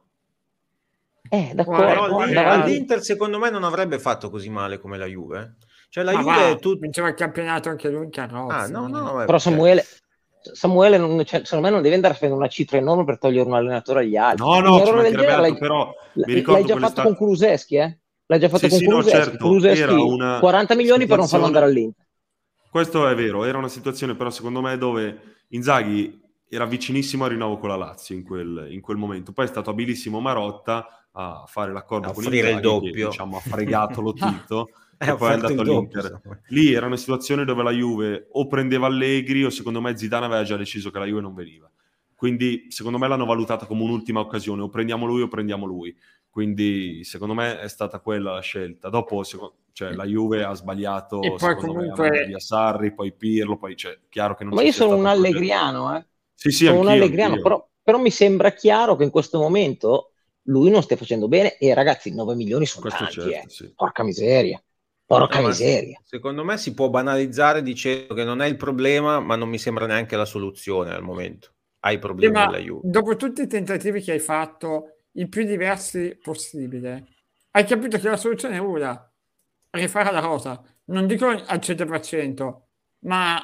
Eh, Guarda, d'accordo, Però guarda, lì- andava guarda, lì. all'Inter secondo me non avrebbe fatto così male come la Juve. Cioè la ma Juve va, è tut- vinceva il campionato anche lui in Ah, carrozza. no, no, eh. ma- Però cioè, Samuele, Samuele non, cioè, secondo me non deve andare a spendere una cifra enorme per togliere un allenatore agli altri. No, Un no, ci errore del mancherebbe genere altro, l'hai, però mi l'hai ricordo già fatto con quell'estate. Kulusevski, eh? L'hai già fatto Sì, con sì, no, Kulusevski. certo, Kulusevski, era una quaranta milioni per non farlo andare situazione... all'Inter. Questo è vero, era una situazione però secondo me dove Inzaghi era vicinissimo al rinnovo con la Lazio in quel, in quel momento. Poi è stato abilissimo Marotta a fare l'accordo A con offrire il Inzaghi che doppio. diciamo ha fregato lo Tito Eh, e ha poi è offerto andato il doppio, all'Inter. Samuele. Lì era una situazione dove la Juve o prendeva Allegri o secondo me Zidane aveva già deciso che la Juve non veniva. Quindi secondo me l'hanno valutata come un'ultima occasione, o prendiamo lui o prendiamo lui. Quindi secondo me è stata quella la scelta. Dopo secondo, cioè, la Juve ha sbagliato E poi secondo me a comunque, mandare via Sarri, poi Pirlo, poi cioè, chiaro che non Ma ci io sia sono stato un un progetto. allegriano, eh. Sì, sì, Sono un anch'io, allegriano, anch'io. però, però mi sembra chiaro che in questo momento lui non stia facendo bene e ragazzi, nove milioni sono Questo tanti, certo, eh. sì. Porca miseria. Porca No, ma miseria. secondo me si può banalizzare dicendo che non è il problema, ma non mi sembra neanche la soluzione al momento ai sì, problemi ma della Juve. dopo tutti i tentativi che hai fatto, i più diversi possibile, hai capito che la soluzione è una, rifare la rosa. Non dico al cento per cento, ma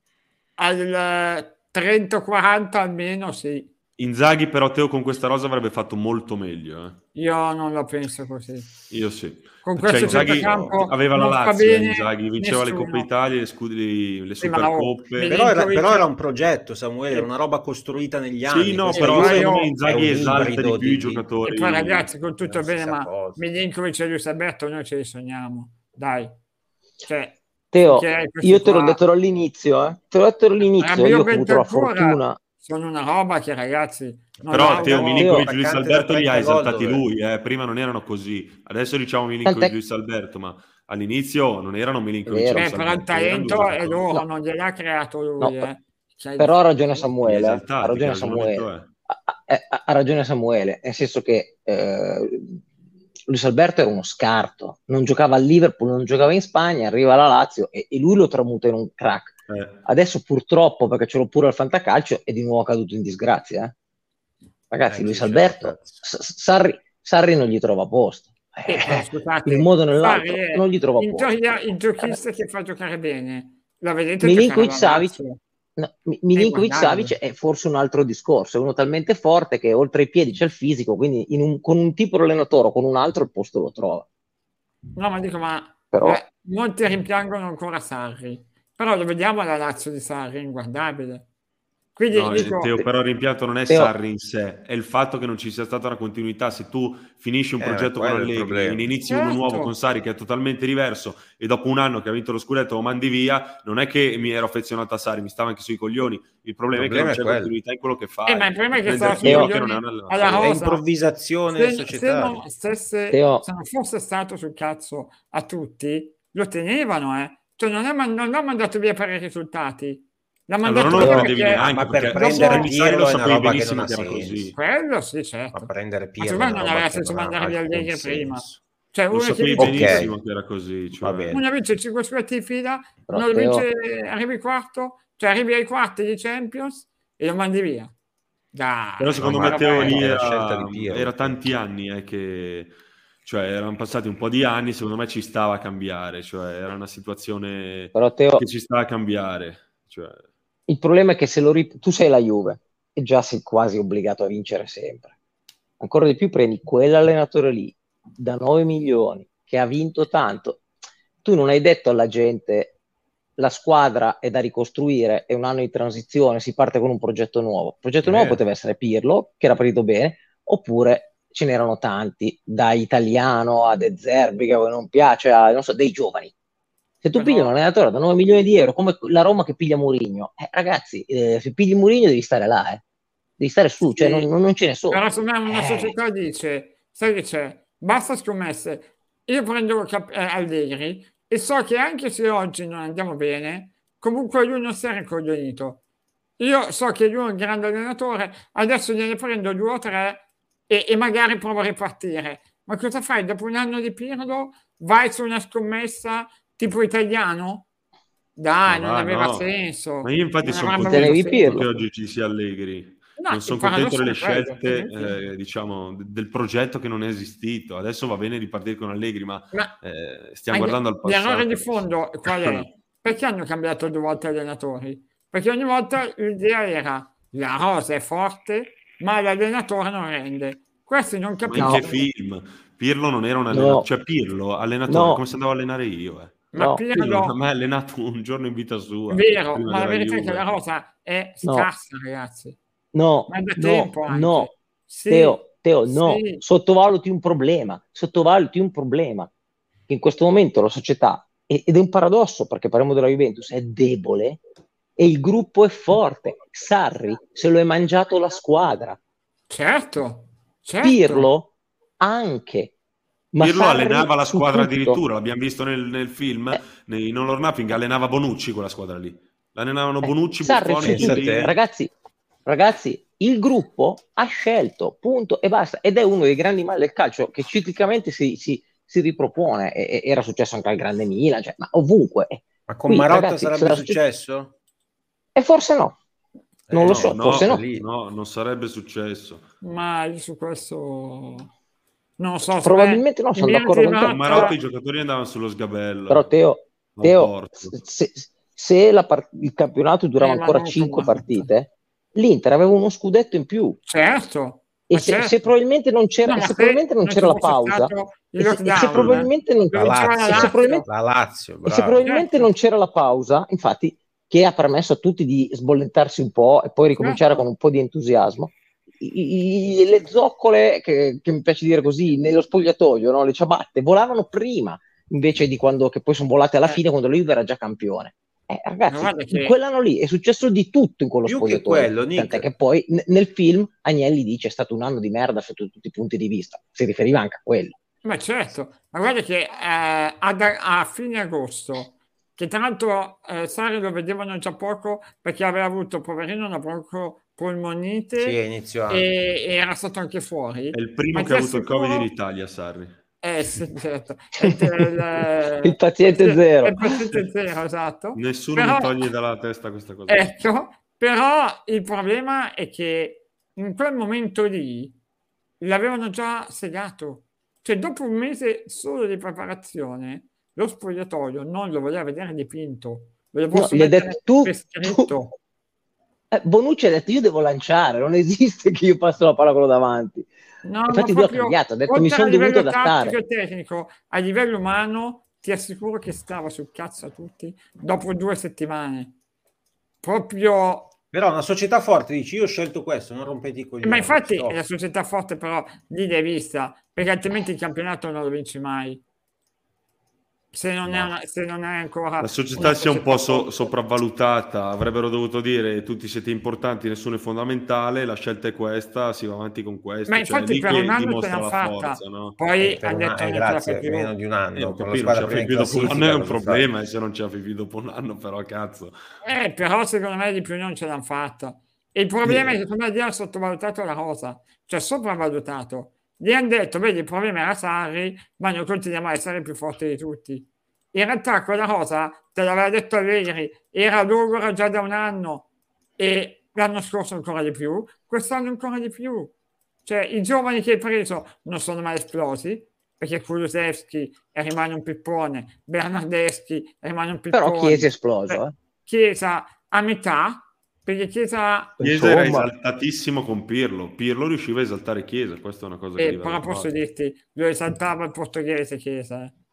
al trenta quaranta almeno sì. Inzaghi però Teo con questa rosa avrebbe fatto molto meglio. Eh. Io non la penso così. Io sì. Con Cioè questo Inzaghi centrocampo aveva la non fa Lazio, eh, bene Inzaghi vinceva le nessuno. Coppe Italia, le, scudi, le Sì, ma oh, Supercoppe. Però era, Milinkovic- però era un progetto, Samuele, era Eh, una roba costruita negli Sì, anni. no, Questa eh, però ma Juve secondo me io- è Inzaghi un esalta di ibrido più i di- E giocatori. poi ragazzi, con tutto non si bene, sa ma cosa. Milinkovic e Luis Alberto noi ce li sogniamo. Dai. Cioè, Teo, che hai questi io te l'ho qua. detto all'inizio, eh. Te l'ho detto all'inizio, Rabiot, io ho avuto la Bentancur fortuna. sono una roba che ragazzi non Però la Teo auguro. Milinkovic e Teo, Luis attaccante da Alberto li ha trenta gol, esaltati dov'è? lui, eh. Prima non erano così. Adesso diciamo Milinkovic Tant'è- e Luis Alberto, ma all'inizio non erano Milinkovic e Vero. Eh, Luis però il Alberto, erano due talento è giocatori loro, No, non gliel'ha creato lui, no, eh. Cioè, però ha ragione li ha Samuele, eh. Ha esaltati, che ragione ragionamento Samuele. è? Ha, ha- ha ragione Samuele, nel senso che eh, Luis Alberto era uno scarto, non giocava al Liverpool, non giocava in Spagna, arriva alla Lazio e, e lui lo tramuta in un crack. Eh. Adesso purtroppo, perché ce l'ho pure al fantacalcio, è di nuovo caduto in disgrazia. Eh. Ragazzi, Eh, Luis chi c'era, Alberto, cazzo? S- Sarri, Sarri non gli trova posto. Eh, però Eh, scusate, in un modo o Sarri nell'altro è non gli trova in posto. teoria il giochista che fa giocare bene. La vedete giocare Milinkovic alla Savic, Lazio? no, Mi- E Milinkovic guardate, Savic è forse un altro discorso, è uno talmente forte che oltre ai piedi c'è il fisico, quindi in un- con un tipo di allenatore o con un altro il posto lo trova. no, ma dico, ma Però eh, molti rimpiangono ancora Sarri, però lo vediamo la Lazio di Sarri, inguardabile. Quindi No, dico, Teo, però il rimpianto non è Teo. Sarri in sé, è il fatto che non ci sia stata una continuità. Se tu finisci un Eh, progetto con quello è il Allegri problema. e ne inizi Certo. uno nuovo con Sarri che è totalmente diverso e dopo un anno che ha vinto lo scudetto lo mandi via, non è che mi ero affezionato a Sarri, mi stava anche sui coglioni. Il problema, Il è che non problema c'è è quello. continuità in quello che fai. eh, ma il problema è che Prendere stava sui Piero Teo. che non è coglioni un alla allenatore. È Rosa. improvvisazione Se, se, societaria. non stesse, Teo. se non fosse stato sul cazzo a tutti, lo tenevano, eh. Cioè non, è, man- non l'ha mandato via per i risultati. L'ha Allora mandato non lo via Teo. prendevi perché neanche, Ma per perché prendere dopo- se Sarri lo Pirlo è una sapevi roba che benissimo non ha che era senso. così. quello sì, Ma certo. prendere Ma Pirlo è secondo una me non roba aveva che senso non ha mandare via alcun Allegri prima. senso. Cioè Lo uno che sapevi dice Ok. benissimo che era così. Va Cioè... bene. uno vince cinque scudetti di fila, Però, uno lo Teo. vince, arrivi quarto, cioè arrivi ai quarti di Champions e lo mandi via. Dai, Però secondo No, me ma Teo vabbè. lì è la scelta era, di Pirlo, era Teo. tanti anni eh, che cioè erano passati un po' di anni, secondo me ci stava a cambiare, cioè era una situazione Però Teo, che ci stava a cambiare. Cioè, il problema è che se lo rip- tu sei la Juve e già sei quasi obbligato a vincere sempre. Ancora di più prendi quell'allenatore lì da nove milioni che ha vinto tanto. Tu non hai detto alla gente la squadra è da ricostruire, è un anno di transizione, si parte con un progetto nuovo. Il progetto nuovo Vero. poteva essere Pirlo, che era partito bene, oppure ce n'erano tanti, da Italiano a De Zerbi, che a voi non piace, a non so, dei giovani. Se tu Però- pigli un allenatore da nove milioni di euro, come la Roma che piglia Mourinho, eh, ragazzi, eh, se pigli Mourinho devi stare là, eh. Devi stare su, cioè Sì. non, non ce ne sono. Però secondo me una Eh. società dice, sai che c'è? Basta scommesse. Io prendo Cap- eh, Allegri e so che anche se oggi non andiamo bene, comunque lui non si è rincoglionito. Io so che lui è un grande allenatore, adesso gliene prendo due o tre e, e magari provo a ripartire. Ma cosa fai? Dopo un anno di Pirlo vai su una scommessa tipo italiano? Dai, ma non va, aveva no. senso. Ma io infatti Non sono avrebbe Tenevi avuto contento senso. Pirlo. che oggi ci sia Allegri. No, Non sono il paradosso contento delle è quello, scelte, tenevi- eh, diciamo, de- del progetto che non è esistito. Adesso va bene ripartire con Allegri, ma Ma eh, stiamo anche guardando al passato. l'errore di fondo qual è? Perché hanno cambiato due volte allenatori? Perché ogni volta l'idea era la rosa è forte, ma l'allenatore non rende. Questi non Ma in capiscono. che film? Pirlo non era un allenatore, No. cioè Pirlo, allenatore, No. come se andavo a allenare io. Eh. Ma No. Pirlo non ha Pirlo, mai allenato un giorno in vita sua. vero, prima ma la della verità è che Juve. la rosa è No. scarsa, ragazzi. No, Ma è da no, tempo anche. no. Sì, Teo, Teo, no, sì. sottovaluti un problema, sottovaluti un problema che in questo momento la società, ed è un paradosso perché parliamo della Juventus, è debole e il gruppo è forte. Sarri se lo è mangiato la squadra, Certo, certo. Pirlo anche. Ma Pirlo Sarri allenava la su squadra tutto. addirittura, l'abbiamo visto nel, nel film, Eh. nei Non Lord Nothing, allenava Bonucci quella squadra lì. L'allenavano Eh, Bonucci, Sarri Buffon, su Pensa a tutto. te. Ragazzi, ragazzi, il gruppo ha scelto, punto e basta. Ed è uno dei grandi mali del calcio che ciclicamente si, si, si ripropone. E, e- era successo anche al grande Milan, cioè, ma ovunque. Ma con Qui, Marotta ragazzi, sarebbe la- successo? E forse no. Non Eh, lo no, so, no, forse no. lì. No, non sarebbe successo. Ma io su questo non so. se Probabilmente no, i sono meriti d'accordo di con te. Con Marotta- Marotta i giocatori andavano sullo sgabello. Però Teo, Non Teo porto. se, se la par- il campionato durava Eh, ma ancora non cinque con partite, l'Inter aveva uno scudetto in più. Certo, E ma se, certo. se probabilmente non c'era, No, ma se se probabilmente non non c'era ci la fosse pausa, stato il e se, e se lockdown, probabilmente non, dove La c'era la Lazio. e se Lazio, probabilmente- La Lazio, e se bravo. probabilmente Certo. non c'era la pausa, infatti, che ha permesso a tutti di sbollentarsi un po' e poi ricominciare Certo. con un po' di entusiasmo. I- i- le zoccole, che, che mi piace dire così, nello spogliatoio, no? Le ciabatte, volavano prima invece di quando che poi sono volate alla Eh. fine quando la Juve era già campione. Eh, Ma ragazzi, guarda che- in quell'anno lì è successo di tutto in quello Più che spogliatoio. quello, Nick. Tant'è che poi n- nel film Agnelli dice è stato un anno di merda sotto tutti i punti di vista. Si riferiva anche a quello. Ma certo, ma guarda che eh, ad- a fine agosto, che tra l'altro eh, Sarri lo vedevano già poco perché aveva avuto, poverino, una broncopolmonite Sì, a inizio anno. e, e era stato anche fuori. È il primo Ma che ha ti avuto il assicuro- Covid in Italia, Sarri. Eh sì, certo. È il, Il paziente zero. È il paziente zero, esatto. Nessuno Però- mi toglie dalla testa questa cosa. Ecco, però il problema è che in quel momento lì l'avevano già segato. Cioè, dopo un mese solo di preparazione, lo spogliatoio non lo voleva vedere dipinto. Ve lo No, posso gli ha mettere detto tu, per scritto. Eh, Bonucci ha detto io devo lanciare, non esiste che io passo la palla quello davanti. No, Infatti ma lui ha proprio, cambiato, ha detto oltre mi sono a livello dovuto tattico adattare. e tecnico, a livello umano ti assicuro che stava sul cazzo a tutti dopo due settimane. Proprio... Però una società forte dici io ho scelto questo, non rompete i coglioni. Ma infatti stop. è la società forte, però lì l'hai vista, perché altrimenti il campionato non lo vinci mai. Se non, No. è, una, se non è ancora... La società una sia un po' so- forte. sopravvalutata, avrebbero dovuto dire tutti siete importanti, nessuno è fondamentale, la scelta è questa, si va avanti con questo. Ma Cioè, è infatti lì per che un anno ce dimostra l'hanno la fatta, forza, no? poi Eh, per hanno una- detto eh, non ce la grazie, fai più. meno di un Eh, anno, ho con la capito, non squadra ce la fai prima in più dopo un classifica. anno è un cosa fai? problema, e se non ce la fai più dopo un anno, però cazzo. Eh, però secondo me di più non ce l'hanno fatta. E il problema è che secondo me lì hanno sottovalutato la rosa, cioè sopravvalutato. Gli hanno detto, vedi, il problema era Sarri, ma noi continuiamo a essere più forti di tutti. In realtà quella rosa, te l'aveva detto Allegri, era logora già da un anno e l'anno scorso ancora di più, quest'anno ancora di più. Cioè i giovani che hai preso non sono mai esplosi, perché Kulusevski rimane un pippone, Bernardeschi rimane un pippone. Però Chiesa è esploso, Cioè, eh. Chiesa a metà, perché Chiesa... Chiesa era Insomma. esaltatissimo con Pirlo, Pirlo riusciva a esaltare Chiesa, questa è una cosa che Eh, gli va però da posso fare. dirti, lo esaltava il portoghese Chiesa. eh.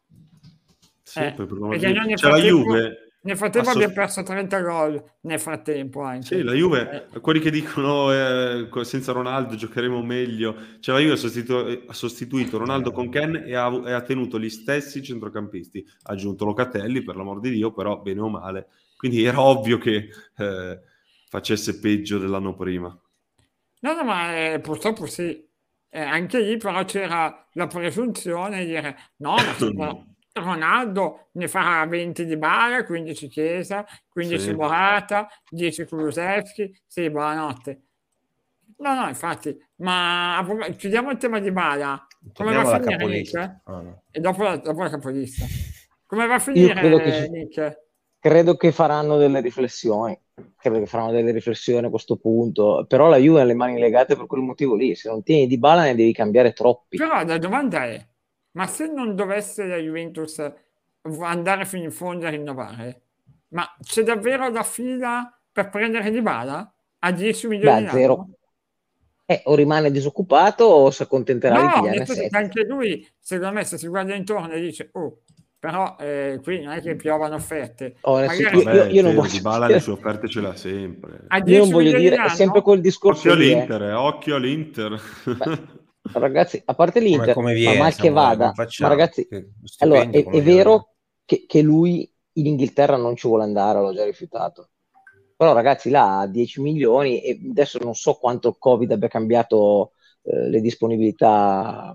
Sì, Eh, poi per l'amor perché di noi Dio. nel Cioè, la frattempo, Juve nel ha frattempo sost- abbiamo perso trenta gol nel frattempo anche. Sì, la Juve, Eh, quelli che dicono eh, co- senza Ronaldo giocheremo meglio, cioè la Juve ha sostitu- ha sostituito Ronaldo con Ken e ha, e ha tenuto gli stessi centrocampisti, ha aggiunto Locatelli per l'amor di Dio, però bene o male, quindi era ovvio che eh, facesse peggio dell'anno prima. No, no, ma eh, purtroppo sì. Eh, anche lì però c'era la presunzione di dire no, ma se no, Ronaldo ne farà venti di Bara, quindici Chiesa, quindici Sì. Morata, dieci Kulusevski, sì, buonanotte. No, no, infatti, ma a pro- chiudiamo il tema di Bala. Come va a Torniamo alla finire, capolista. Nick? Ah, no. E dopo la, dopo la capolista. Come va a Io credo che, finire, ci- Nick? credo che faranno delle riflessioni. Credo che faranno delle riflessioni a questo punto. Però la Juve ha le mani legate per quel motivo lì. Se non tieni Dybala ne devi cambiare troppi. Però la domanda è, ma se non dovesse la Juventus andare fino in fondo a rinnovare, ma c'è davvero la fila per prendere Dybala a dieci Beh, milioni a zero. l'anno? Eh, o rimane disoccupato o si accontenterà di No, nel pigliarne senso che sette. anche lui, secondo me, se si guarda intorno e dice, oh, però eh, qui non è che piovano offerte, Oh, adesso magari io, Vabbè, io- io non Teo, voglio Dybala dire, le sue offerte ce l'ha sempre. a io non dieci voglio milioni dire, è sempre l'anno, quel discorso Occhio lì, eh. all'Inter, eh, occhio all'Inter. Beh, ragazzi, a parte Come, l'Inter, come ma viene, mal che Samuele, come vada, ma facciamo? ragazzi, Che allora stipendio è, come è viene? vero che, che lui in Inghilterra non ci vuole andare, l'ho già rifiutato. Però ragazzi, là ha dieci milioni e adesso non so quanto il Covid abbia cambiato eh, le disponibilità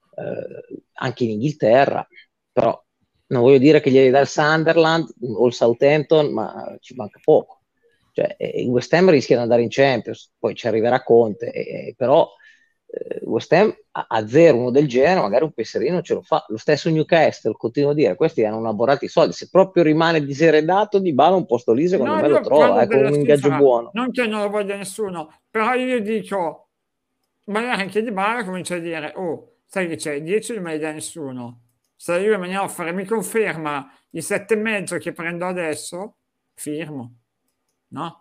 eh, anche in Inghilterra, però non voglio dire che glieli dà il Sunderland o il Southampton, ma ci manca poco. Cioè, eh, in West Ham rischia di andare in Champions, poi ci arriverà Conte, eh, però eh, West Ham a, a zero, uno del genere, magari un pensierino ce lo fa. Lo stesso Newcastle, continuo a dire, questi hanno aborrato i soldi. Se proprio rimane diseredato, Dybala un posto lì, secondo no, me lo io trova, parlo eh, con della un ingaggio cifra, buono. non che non lo voglia nessuno, però io dico, magari anche Di Bala comincia a dire, oh, sai che c'è, dieci non me li dà nessuno, se io me ne offre, mi conferma i sette e mezzo che prendo adesso, firmo, no?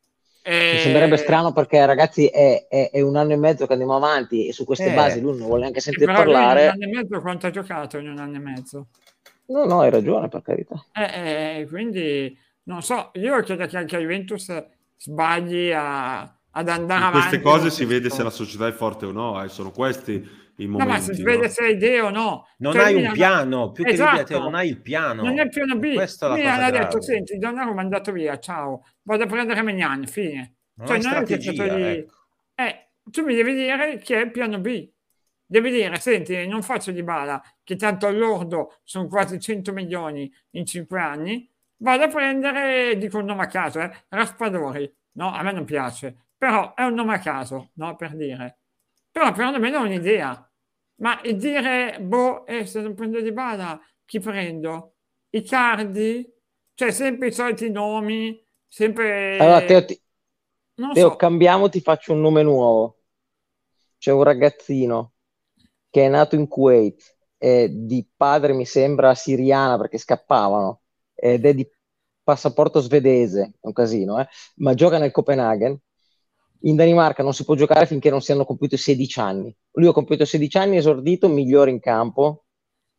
Mi sembrerebbe E, strano perché, ragazzi, è, è- è un anno e mezzo che andiamo avanti e su queste basi Eh, lui non vuole neanche e sentire però lui in un parlare. anno e mezzo quanto ha giocato in un anno e mezzo? No, no, hai ragione, per carità. Eh, eh, quindi non so, io credo che anche la Juventus sbagli a- ad andare In queste avanti cose con si vede se questo. la società è forte o no, eh, sono questi i No, ma si momenti, vede no? se hai idee o no. non Cioè, il hai un Milan ha- piano, più che l'idea, Teo, non esatto, hai il non è piano. il piano E B. questa è la Milan cosa ha detto, grave. senti, Donnarumma è andato via, ciao, vado a prendere Maignan, fine. Non Cioè, hai non è un calciatore strategia, di... ecco. Eh, tu mi devi dire che è il piano B. Devi dire, senti, non faccio di bala, che tanto all'ordo sono quasi cento milioni in cinque anni, vado a prendere, dico un nome a caso, eh, Raspadori. No, a me non piace, però è un nome a caso, no, per dire. Però perlomeno ho un'idea. Ma il dire, boh, eh, se non prendo di bala, chi prendo? Icardi? Cioè, sempre i soliti nomi, Allora, Teo, sempre... ti- Non Teo, so. cambiamo, ti faccio un nome nuovo. C'è un ragazzino che è nato in Kuwait, è di padre, mi sembra, siriana perché scappavano, ed è di passaporto svedese, è un casino, eh? Ma gioca nel Copenaghen. In Danimarca non si può giocare finché non si hanno compiuto sedici anni. Lui ha compiuto sedici anni, esordito, migliore in campo,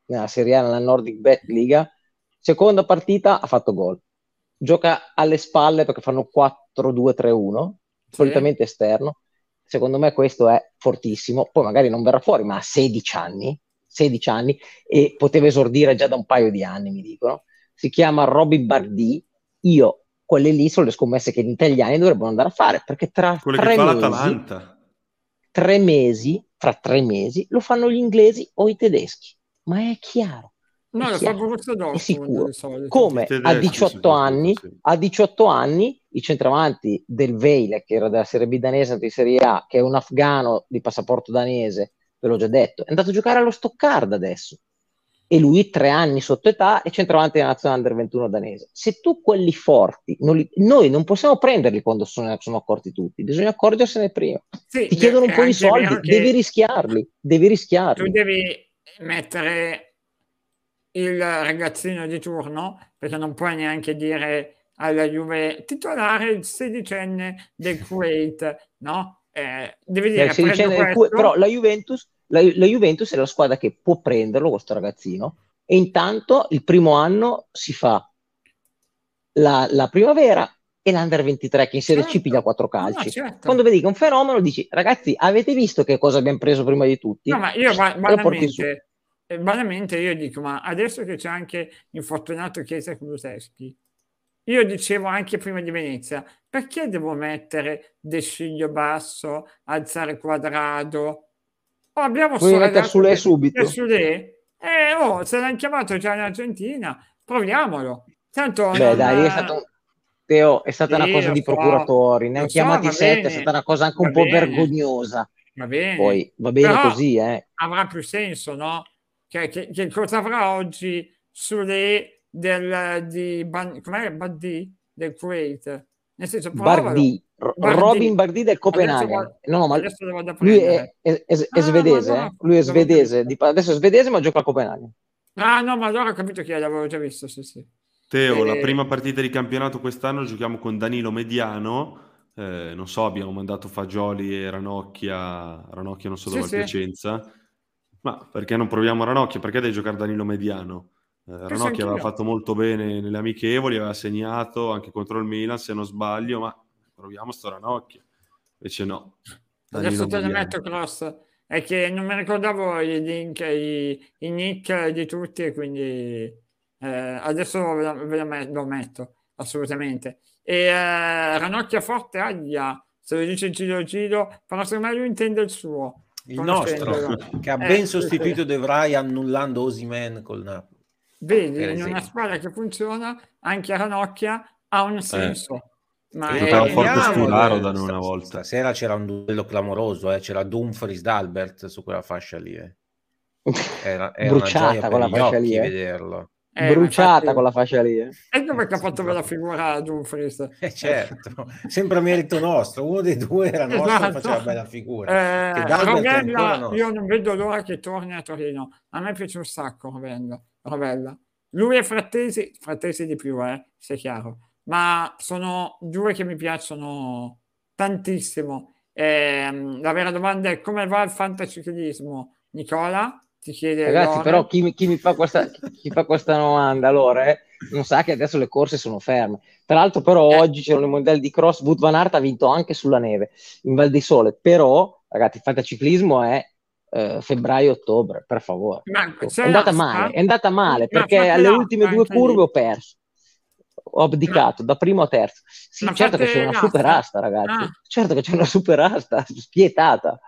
nella Serie A, nella Nordic Bet Liga. Seconda partita ha fatto gol. Gioca alle spalle perché fanno quattro due tre uno, Sì. solitamente esterno. Secondo me questo è fortissimo. Poi magari non verrà fuori, ma ha sedici anni, sedici anni e poteva esordire già da un paio di anni, mi dicono. Si chiama Robby Bardì. Io, quelle lì sono le scommesse che gli italiani dovrebbero andare a fare, perché tra Quello che tre fa mesi, l'Atalanta. tre mesi, fra tre mesi, lo fanno gli inglesi o i tedeschi. Ma è chiaro, è No, lo fa chiaro, Borussia è Dortmund sicuro. di solito. I Come a tedeschi diciotto soprattutto, anni, sì. a diciotto anni, il centravanti del Vejle, che era della Serie B danese, andato in Serie A, che è un afgano di passaporto danese, ve l'ho già detto, è andato a giocare allo Stoccarda adesso. E lui tre anni sotto età e centravanti della nazionale under ventuno danese. Se tu quelli forti, non li- noi non possiamo prenderli quando sono, sono accorti tutti, bisogna accorgersene prima. Sì, Ti de- chiedono un è po' di anche vero soldi, devi che rischiarli, devi tu rischiarli. devi mettere il ragazzino di turno, perché non puoi neanche dire alla Juve titolare il sedicenne del Kuwait, no? Eh, devi Nel dire, prendo sedicenne del Q- però questo. la Juventus, la, la Juventus è la squadra che può prenderlo, questo ragazzino, e intanto il primo anno si fa la, la primavera e l'Under ventitré che in Serie C piglia Certo, quattro no, no, calci. Quando certo. vedi che è un fenomeno dici, ragazzi, avete visto che cosa abbiamo preso prima di No, tutti? ma io va- E lo porti su. banalmente, eh, banalmente io dico, ma adesso che c'è anche infortunato Chiesa e Kulusevski, io dicevo anche prima di Venezia, perché devo mettere De Sciglio basso, alzare Quadrado? Oh, abbiamo sto Vuoi mettere ragazzo Sule che che è subito? su lì? Eh, oh, se l'hanno chiamato già in Argentina, proviamolo. Tanto Beh, non... dai, lì è stato un- Teo, è stata una Sì, cosa lo di so, procuratori, ne lo hanno so, chiamati va sette, è stata bene, una cosa anche va un po' bene, vergognosa. va bene. Poi va bene Però così, eh. avrà più senso, no? Che, che- che cosa avrà oggi sulle del di Ban- com'è? Bandi del Kuwait? Nel senso, provalo. Bardì, R- Robin Bardì. Bardì del Adesso, Copenaghen. va- No, no, ma adesso lo vado a lui è, prendere. è- è- è Ah, ma svedese, allora eh. Lui è l'avevo già svedese, visto. di- adesso è svedese ma gioca a Copenaghen. Ah, no, ma allora ho capito chi è, l'avevo già visto, sì, sì. Teo, la E- prima partita di campionato quest'anno giochiamo con Danilo Mediano. Eh, non so, abbiamo mandato Fagioli e Ranocchia. Ranocchia non so Sì, dove al sì, Piacenza. Ma perché non proviamo Ranocchia? Perché devi giocare Danilo Mediano? Eh, penso Ranocchia aveva anch'io. fatto molto bene nelle amichevoli, aveva segnato anche contro il Milan, se non sbaglio, ma proviamo sto Ranocchia. Invece no, Adesso Danilo te ne Mediano. metto cross. È che non mi ricordavo i link, i, i nick di tutti, e quindi eh, adesso ve lo, ve lo met- lo metto, assolutamente. E eh, Ranocchia forte, aglia, se lo dice Giro Giro, però secondo me lui intende il suo, Il nostro, conoscendolo. che ha Eh, ben sì, sostituito sì. De Vrij annullando Osimhen col Napoli, Vedi, per in una esempio. squadra che funziona, anche Ranocchia ha un Eh, senso, ma E giocava è forte parliamo Sturaro de- da noi sta- una volta. stasera c'era un duello clamoroso, eh. C'era Dumfries d'Albert su quella fascia lì. eh. Era, era una gioia Bruciata per quella gli fascia lì, occhi eh. vederlo. Eh, ma infatti, Bruciata quella fascia lì, eh. ecco perché ha fatto Sembra- bella figura a Dumfries. Eh, certo, sembra merito nostro. Uno dei due era nostro e faceva Esatto. bella figura. Che Eh, d'Albert è ancora Rovella, io nostro. non vedo l'ora che torni a Torino. A me piace un sacco Rovella. Rovella. Lui e Frattesi, Frattesi di più, eh, sia chiaro. Ma sono due che mi piacciono tantissimo. Ehm, la vera domanda è come va il fantaciclismo? Nicola, ti chiede Ragazzi, però Lore. chi, mi chi mi fa questa, chi fa questa domanda allora eh, non sa che adesso le corse sono ferme. Tra l'altro, però, Eh, oggi c'erano i mondiali di cross. Wout van Aert ha vinto anche sulla neve in Val di Sole. Però, ragazzi, il fantaciclismo è eh, febbraio-ottobre, per favore. ma È c'è andata l'asta? male, è andata male Ma perché fate alle ultime l'asta due anche lì? curve ho perso. Ho Ma, abdicato da primo a terzo. ma Sì, certo che c'è fate una super l'asta? asta, Ah. ragazzi. Certo che c'è una super asta, spietata.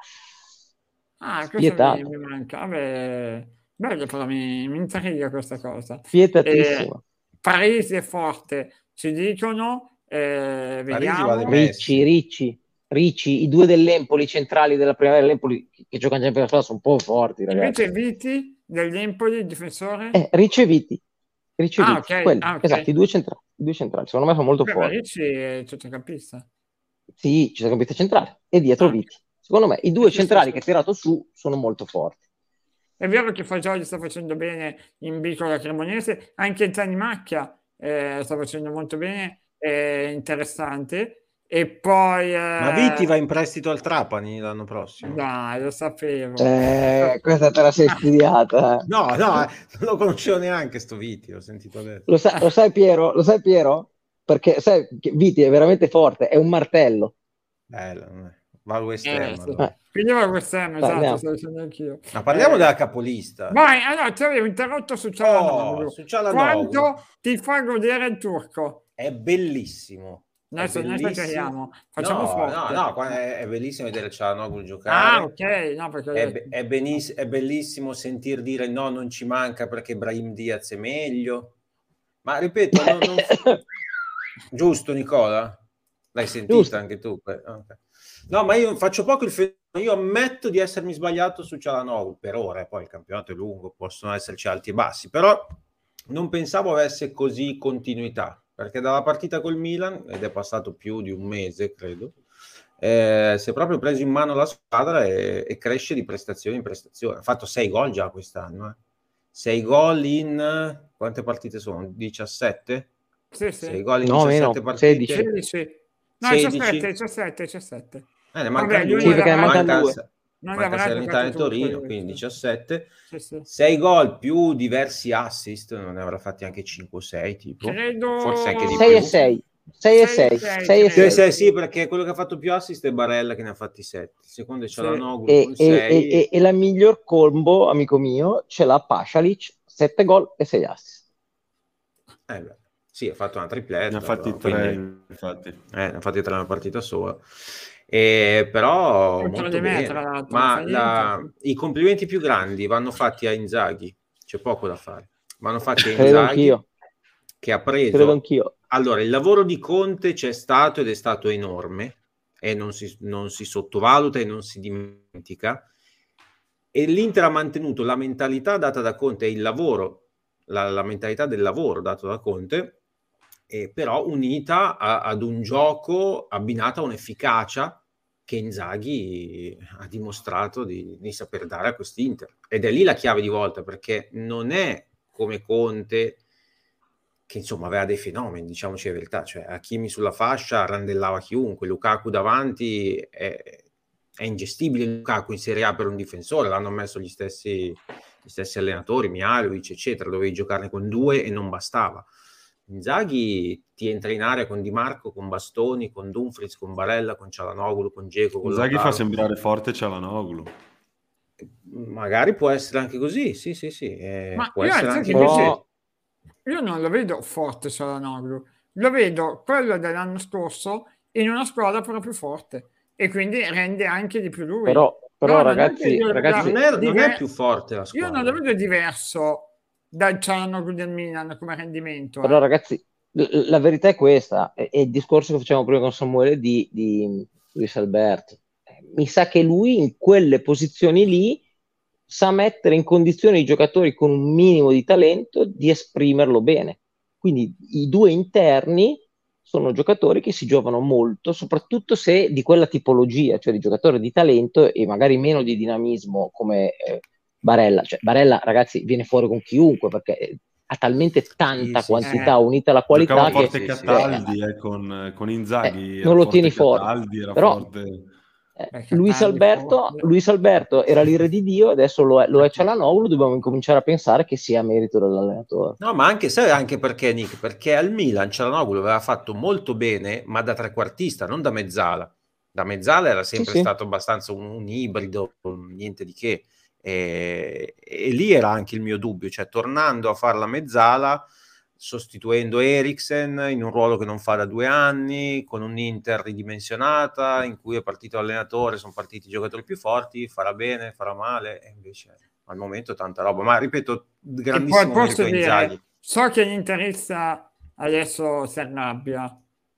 Ah, questo mi, Spietata, mi manca. Vabbè, bello, però mi, mi intriga questa cosa. Eh, spietatissima. Parisi è forte, ci dicono, eh, Parisi va di vediamo. Ricci, Messi. Ricci, Ricci, i due dell'Empoli centrali della primavera dell'Empoli che, che giocano sempre per sono un po' forti, ragazzi. Invece Viti dell'Empoli, il difensore? Eh, riceviti, Ah, riceviti, ok, quelli, ah, esatto, ok. i due centrali, i due centrali, secondo me sono molto Beh, ma forti. Ricci è centrocampista. Sì, ci sono campista centrale e dietro Ah, Viti. Secondo me i sì, due sì, sì, centrali sì. che ha tirato su sono molto forti. È vero che Fagioli sta facendo bene in Bicola Cremonese, anche Zanimacchia eh, sta facendo molto bene, è interessante. e poi... Ma eh, Vitti va in prestito al Trapani l'anno prossimo? Dai, lo sapevo. Eh, questa te la sei studiata. eh. No, no, eh, non lo conoscevo neanche sto Vitti, l'ho sentito adesso. Lo, sa- lo sai Piero? Lo sai Piero? Perché sai che Viti è veramente forte, è un martello. Bello, eh. Va al West Eh, Ham, sì. allora. Quindi va a West Ham, esatto, Parliamo. sto dicendo anch'io. Ma parliamo Eh, della capolista. Vai, allora ti avevo interrotto su Cialanoglu. Oh, su Cialanoglu. Quanto ti fa godere il turco? È bellissimo. È Adesso non bellissimo. esageriamo, facciamo No, forte. no, no, qua è, è bellissimo vedere Cialanoglu Ah, giocare. ok, no, perché ho È, detto- be- è beniss- è bellissimo sentir dire no, non ci manca perché Brahim Diaz è meglio. Ma ripeto, non, non... giusto Nicola? L'hai sentita Giusto. anche tu? Eh, ok. No, ma io faccio poco il fenomeno. Io ammetto di essermi sbagliato su Cialanoglu per ora, poi il campionato è lungo, possono esserci alti e bassi, però non pensavo avesse così continuità, perché dalla partita col Milan, ed è passato più di un mese, credo, eh, si è proprio preso in mano la squadra e, e cresce di prestazione in prestazione. Ha fatto sei gol già quest'anno, eh. sei gol in... quante partite sono? diciassette? Sì, sei sì. gol in No, diciassette meno, partite? sedici. sedici. No, sedici? diciassette, diciassette, diciassette. Eh, ne Vabbè, mancano lui due, Sì, non perché ne avrà- mancano due. manca, non manca avrà Salernitana e giocato tutto, Torino, io, quindi sì. diciassette. Sì, sì. sei gol più diversi assist, non ne avrà fatti anche cinque o sei, tipo. Credo... Forse anche di sei e più. sei. sei e sei, sei. sei, sei e Sì, credo. sei. sì, sì, perché quello che ha fatto più assist è Barella che ne ha fatti sette. Il secondo è Sì. Cialanoglu E, con e, sei. e, e, e la miglior combo, amico mio, ce l'ha Pasalic, sette gol e sei assist. Eh, beh, sì, ha fatto una tripletta. Ne ha fatti però, tre, quindi- infatti. Eh, ne ha fatti tre una partita sola. E, però Contro molto di me, bene. tra l'altro, Ma fa la- niente. i complimenti più grandi vanno fatti a Inzaghi. C'è poco da fare. Vanno fatti a Credo Inzaghi anch'io. che ha Credo preso... anch'io. Allora, il lavoro di Conte c'è stato ed è stato enorme e non si, non si sottovaluta e non si dimentica. E l'Inter ha mantenuto la mentalità data da Conte e il lavoro, la, la mentalità del lavoro dato da Conte, eh, però unita a, ad un gioco abbinato a un'efficacia che Inzaghi ha dimostrato di, di saper dare a quest'Inter. Ed è lì la chiave di volta, perché non è come Conte, che insomma aveva dei fenomeni, diciamoci la verità, cioè Hakimi sulla fascia randellava chiunque, Lukaku davanti è, è ingestibile Lukaku in Serie A per un difensore, l'hanno messo gli stessi, gli stessi allenatori, Mihajlovic eccetera, dovevi giocarne con due e non bastava. Inzaghi ti entra in area con Di Marco, con Bastoni, con Dumfries, con Barella, con Cialanoglu, con Dzeko, con Inzaghi fa Lautaro. sembrare forte Cialanoglu. Magari può essere anche così, sì sì sì, eh, Ma può io essere anche anche invece- così. Però Io non lo vedo forte Cialanoglu, lo vedo quello dell'anno scorso in una squadra però più forte e quindi rende anche di più lui. Però, però No, non è che ragazzi, io lo ragazzi, veda Non è, non è diver- più forte la Io squadra. non lo vedo diverso dal Cialanoglu del Milan come rendimento. però eh. ragazzi, l- la verità è questa, è, è il discorso che facevamo prima con Samuele di, di Luis Alberto. Eh, Mi sa che lui in quelle posizioni lì sa mettere in condizione i giocatori con un minimo di talento di esprimerlo bene. Quindi i due interni sono giocatori che si giovano molto, soprattutto se di quella tipologia, cioè di giocatore di talento e magari meno di dinamismo come eh, Barella. Cioè, Barella, ragazzi, viene fuori con chiunque perché eh, ha talmente tanta Sì, sì, quantità sì. unita alla qualità Giocava che forte sì, sì, Cataldi eh, con, con Inzaghi, eh, era non lo forte tieni fuori. Cataldi, era Però forte... eh, Beh, Luis Cataldi Alberto, forte. Luis Alberto era l'ire di Dio, adesso lo è, lo è Cialanoglu, dobbiamo incominciare a pensare che sia merito dell'allenatore. No, ma anche, sai anche perché, Nick? Perché al Milan Cialanoglu aveva fatto molto bene, ma da trequartista, non da mezzala. Da mezzala era sempre Sì, sì. stato abbastanza un, un ibrido, niente di che. E, e lì era anche il mio dubbio, cioè tornando a fare la mezzala, sostituendo Eriksen in un ruolo che non fa da due anni, con un Inter ridimensionata, in cui è partito l'allenatore, sono partiti i giocatori più forti, farà bene, farà male, e invece al momento tanta roba. Ma ripeto, E poi grandissimo merito posso a Inzaghi. dire, so che l'interista adesso si arrabbia,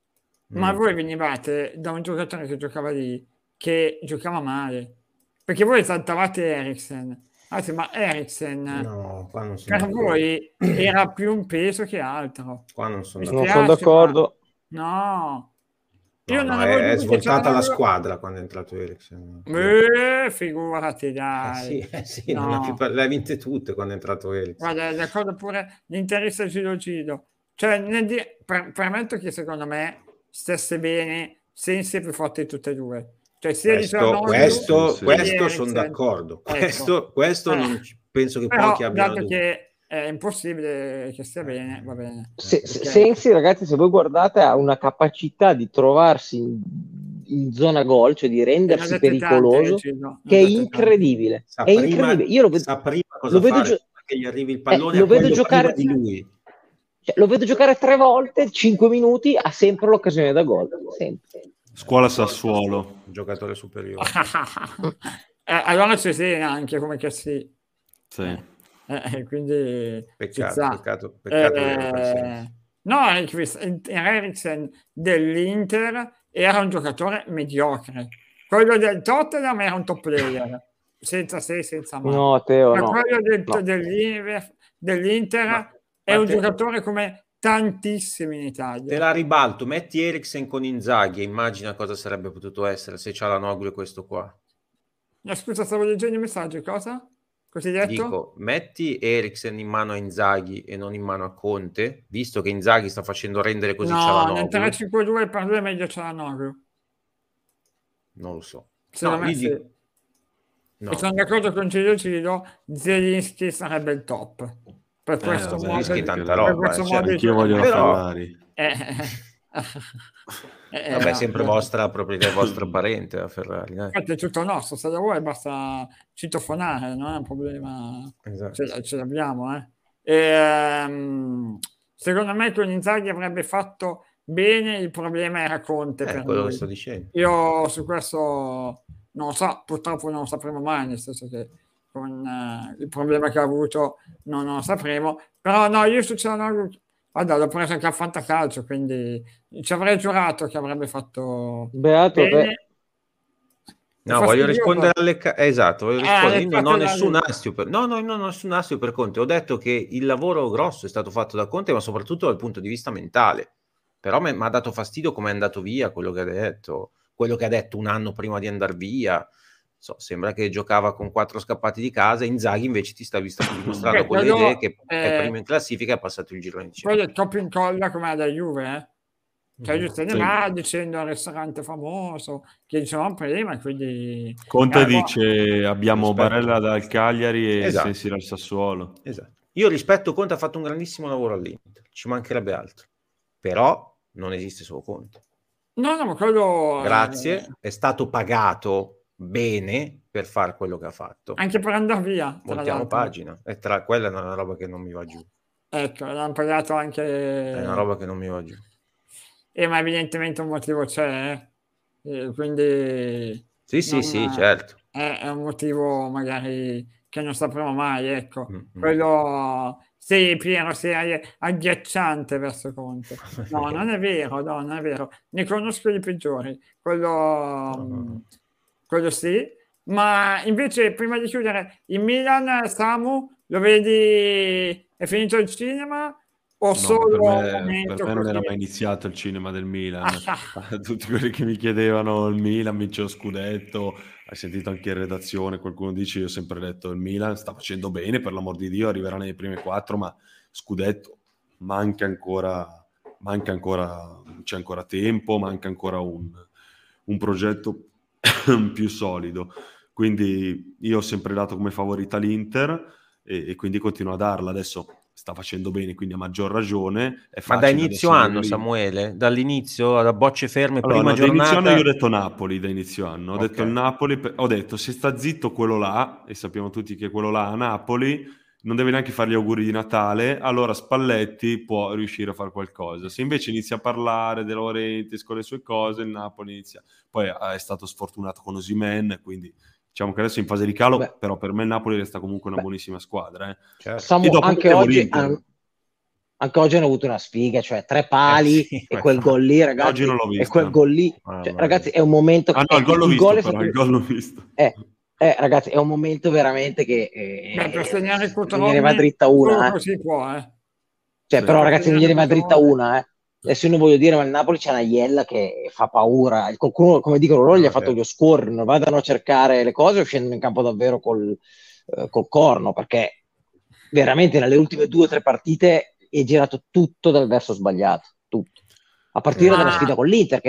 ma Mm. voi venivate da un giocatore che giocava lì, che giocava male, perché voi esaltavate Eriksen. Anzi, ma Eriksen No, qua non sono per d'accordo. voi era più un peso che altro. Qua non sono Mi Non d'accordo. sono spiace, d'accordo. ma no. No, Io no, non è, avevo è dubbi che svoltata la Cialanoglu- squadra quando è entrato Eriksen. Eh, figurati, Eh dai. sì, eh sì, non No. ha più par- le ha vinte tutte quando è entrato Eriksen. Guarda, è d'accordo pure l'interista Gilo Gilo. Cioè, nel di- per- permetto che secondo me stesse bene Sensi è più forte di tutte e due. Cioè, sia Questo, di Cialanoglu questo, sì, sì. questo che sono Eriksen. d'accordo. Ecco. Questo, questo Eh, non ci- penso che Però, pochi abbiano dato dubbi. che è impossibile che stia bene, va bene. Se- se- Ok. Sensi, ragazzi, se voi guardate, ha una capacità di trovarsi in, in zona gol, cioè di E ne ha rendersi dette tante, pericoloso, Gino, ne che ha è dette tante. incredibile. Sa È prima, incredibile. Io lo vedo, sa prima cosa lo vedo fare, gio- prima che gli arrivi il eh, pallone lo a vedo quello giocare, prima di lui. cioè, lo vedo giocare tre volte, cinque minuti, ha sempre l'occasione da gol. Sempre. Scuola Sassuolo. Un giocatore superiore. Eh, allora ci sei anche come che sì. Sì. Eh, eh, quindi ci Peccato, sta. peccato, peccato vero per Eh, Sensi. no, Eriksen dell'Inter era un giocatore mediocre. Quello del Tottenham era un top player, senza se, senza ma. No, Teo, Ma no. quello del- No. dell'Inter, dell'Inter Ma- è ma un te- giocatore come tantissimi in Italia. Te la ribalto, metti Eriksen con Inzaghi e immagina cosa sarebbe potuto essere se c'ha la Noglu e questo qua. Eh, Scusa, stavo leggendo i messaggi, cosa? Così detto? Dico, metti Eriksen in mano a Inzaghi e non in mano a Conte, visto che Inzaghi sta facendo rendere così No, nel Cialanoglu. tre cinque due per lui è meglio Cialanoglu. Non lo so. Secondo No, me io sì. dico- no. E sono d'accordo con Cido Cido, Zielinski sarebbe il top. Per Eh, questo vabbè, modo Zielinski di, tanta per roba, questo eh, modo cioè, di Anch'io voglio la giocare. Però- Ferrari. Eh, eh, Vabbè, no, sempre eh. vostra proprietà, vostro parente la Ferrari, dai. Infatti è tutto nostro, se la vuoi basta citofonare, non è un problema, Esatto. ce, ce l'abbiamo. Eh. E, ehm, secondo me con Inzaghi avrebbe fatto bene, il problema era Conte È per quello lui. che sto dicendo. Io su questo non lo so, purtroppo non lo sapremo mai, nel senso che con eh, il problema che ha avuto non, non lo sapremo, però no, io su Cialanoglu, guarda, l'ho preso anche al fantacalcio, quindi ci avrei giurato che avrebbe fatto Beato te. bene. No, È voglio fastidioso. rispondere alle ca- eh, esatto, voglio Ah, rispondere. le Io non ho fate da nessun lì. astio per no, no, io non ho nessun astio per Conte. Ho detto che il lavoro grosso è stato fatto da Conte, ma soprattutto dal punto di vista mentale. Però mi ha dato fastidio come è andato via quello che ha detto, quello che ha detto un anno prima di andare via. So, sembra che giocava con quattro scappati di casa. Inzaghi invece ti sta sta dimostrando Beh, con le quello, idee che è eh, primo in classifica e ha passato il girone di quello Champions. è copia e incolla come alla Juve, eh? Cioè lui se ne Sì. va dicendo al ristorante famoso che dicevamo prima, quindi Conte eh, dice abbiamo Rispetto. Barella dal Cagliari e Esatto. Sensi dal Sassuolo. Esatto. Io rispetto Conte, ha fatto un grandissimo lavoro all'Inter, ci mancherebbe altro. Però non esiste solo Conte. no, no, ma quello eh, Grazie, è stato pagato bene per fare quello che ha fatto. anche per andare via, tra Voltiamo l'altro. pagina. E tra quella è una roba che non mi va giù. Ecco, l'hanno pagato anche È una roba che non mi va giù. eh, ma evidentemente un motivo c'è, eh? Eh, quindi Sì, sì, non- sì, certo. è, è un motivo magari che non sapremo mai, ecco. Mm, mm. Quello sì, Piero, sei agghiacciante verso Conte. No, non è vero, no, non è vero. Ne conosco i peggiori. Quello, mm, quello sì. Ma invece, prima di chiudere, in Milan, Samu, lo vedi, è finito il cinema o No, solo per un me, momento per me non così? era mai iniziato il cinema del Milan. Tutti quelli che mi chiedevano il Milan vince lo scudetto, hai sentito anche in redazione, qualcuno dice, io ho sempre detto il Milan sta facendo bene, per l'amor di Dio, arriverà nelle prime quattro, ma scudetto manca ancora, manca ancora, c'è ancora tempo, manca ancora un, un progetto più solido. Quindi io ho sempre dato come favorita l'Inter e, e quindi continuo a darla. Adesso sta facendo bene, quindi a maggior ragione è Ma da facile inizio adesso anno, dirli- Samuele? Dall'inizio, da bocce ferme, Allora, prima no, da inizio giornata? anno io ho detto Napoli da inizio anno, ho Ok. detto il Napoli, per- ho detto se sta zitto quello là, e sappiamo tutti che quello là a Napoli non deve neanche fare gli auguri di Natale, allora Spalletti può riuscire a fare qualcosa. Se invece inizia a parlare De Laurentiis con le sue cose, il Napoli inizia. Poi eh, è stato sfortunato con Osimhen, quindi diciamo che adesso è in fase di calo, Beh. però per me il Napoli resta comunque una Beh. buonissima squadra. Eh. Certo. Samu, E dopo anche mettevo oggi, l'Inter. han- anche oggi hanno avuto una sfiga, cioè tre pali Eh sì, e ma quel infatti. gol lì, Oggi ragazzi, non l'ho e visto. quel gol lì, Mamma cioè, mia. ragazzi, è un momento Ah che no, il gol l'ho il visto gol è però, stato il gol l'ho visto. eh, eh, ragazzi, è un momento veramente che eh, Beh, per segnare i non gliene va Cutrone dritta solo una, eh. così può, eh. Cioè, Sì. però Per ragazzi non segnare gliene va dritta Cutrone. una, eh. Adesso io non voglio dire, ma il Napoli c'è una iella che fa paura. Il- Qualcuno, come dicono loro, gli No, ha fatto certo. gli scorri, non vadano a cercare le cose o scendono in campo davvero col, eh, col corno, perché veramente nelle ultime due o tre partite è girato tutto dal verso sbagliato, tutto. A partire Ma dalla sfida con l'Inter, che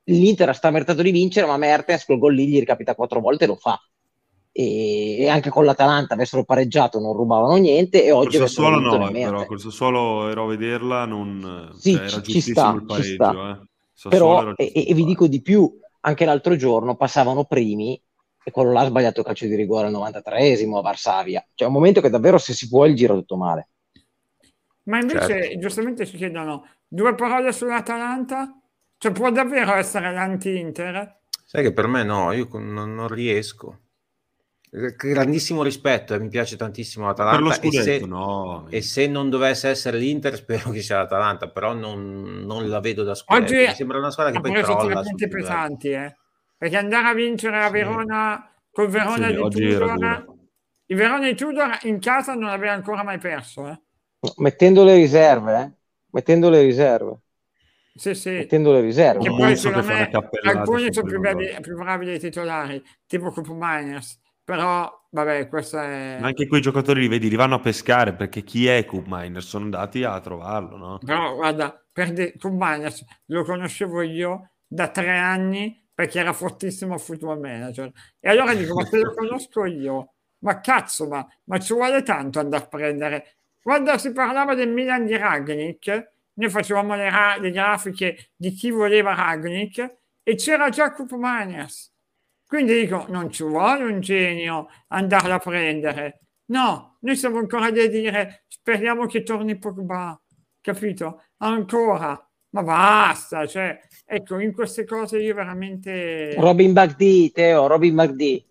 l'Inter sta meritato di vincere, ma Mertens col gol lì gli ricapita quattro volte e lo fa. E, e anche con l'Atalanta avessero pareggiato non rubavano niente e Col oggi avessero Sassuolo vinto no, nemmeno. però col Sassuolo ero a vederla, non... Sì, cioè, era ci, ci giustissimo sta, il ci pareggio. sta. Eh. Sassuolo Però, era e, giusto e vi il dico di più, anche l'altro giorno passavano primi e quello là ha sbagliato il calcio di rigore al novantatreesimo a Varsavia. Cioè un momento che davvero, se si può, il gira tutto male. Ma invece, Certo. giustamente ci chiedono due parole sull'Atalanta? Cioè, può davvero essere l'anti-Inter? Sai che per me no, io con- non, non riesco. Grandissimo rispetto, e mi piace tantissimo Ma per lo l'Atalanta e scudetto se, no. e se non dovesse essere l'Inter spero che sia l'Atalanta, però non, non la vedo da Oggi scudetto. Mi sembra una squadra che ha poi preso tre crolla sul punti livello. pesanti, eh? Perché andare a vincere a Sì, Verona col Verona Sì, di oggi era dura. Tudor, il Verona di Tudor in casa non aveva ancora mai perso, eh? No, mettendo le riserve, eh? Mettendo le riserve, Sì, sì. mettendo le riserve. Che Un poi mostro che secondo fa una me cappellata alcuni sul sono più primo gol. bravi, più bravi dei titolari, tipo Cup Miners, però vabbè, questo è... Ma anche quei giocatori li vedi, li vanno a pescare perché chi è Cup Miner? Sono andati a trovarlo, no? Però guarda, per de- Cup Miners lo conoscevo io da tre anni perché era fortissimo a Football Manager. E allora dico, ma se lo conosco io, ma cazzo, ma, ma ci vuole tanto andare a prendere. Quando si parlava del Milan di Ragnik, noi facevamo le, ra- le grafiche di chi voleva Ragnik e c'era già Cup Miners. Quindi dico, non ci vuole un genio andarla a prendere. No, noi siamo ancora lì a dire, speriamo che torni Pogba, capito? Ancora. Ma basta, cioè, ecco, in queste cose io veramente... Robin Bagdi, Teo, Robin Bagdi.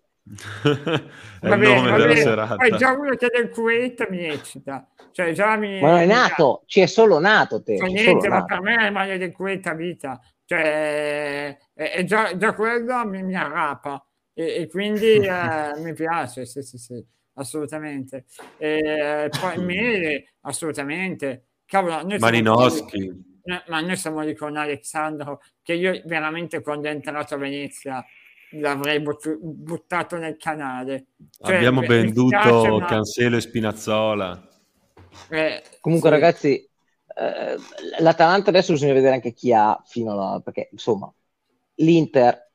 È Va il bene, nome va della bene. serata. Poi già uno che è del Kuwait mi eccita. Cioè, già mi... Ma non è mi dà- nato, ci è solo nato, Teo, Fa ci è solo niente, ma per nato. me è il maglia del Kuwait a vita. Cioè, è, è già, già quello mi, mi arrapa. E, e quindi eh, mi piace, sì, sì, sì, assolutamente. E, poi me, assolutamente. Cavolo, noi siamo Malinowski. no, ma noi siamo lì con Alessandro, che io veramente quando è entrato a Venezia l'avrei but- buttato nel canale. Cioè, Abbiamo mi spiace, venduto ma Cancelo e Spinazzola. eh, Comunque, sì. ragazzi, eh, l'Atalanta adesso bisogna vedere anche chi ha fino a... perché insomma, l'Inter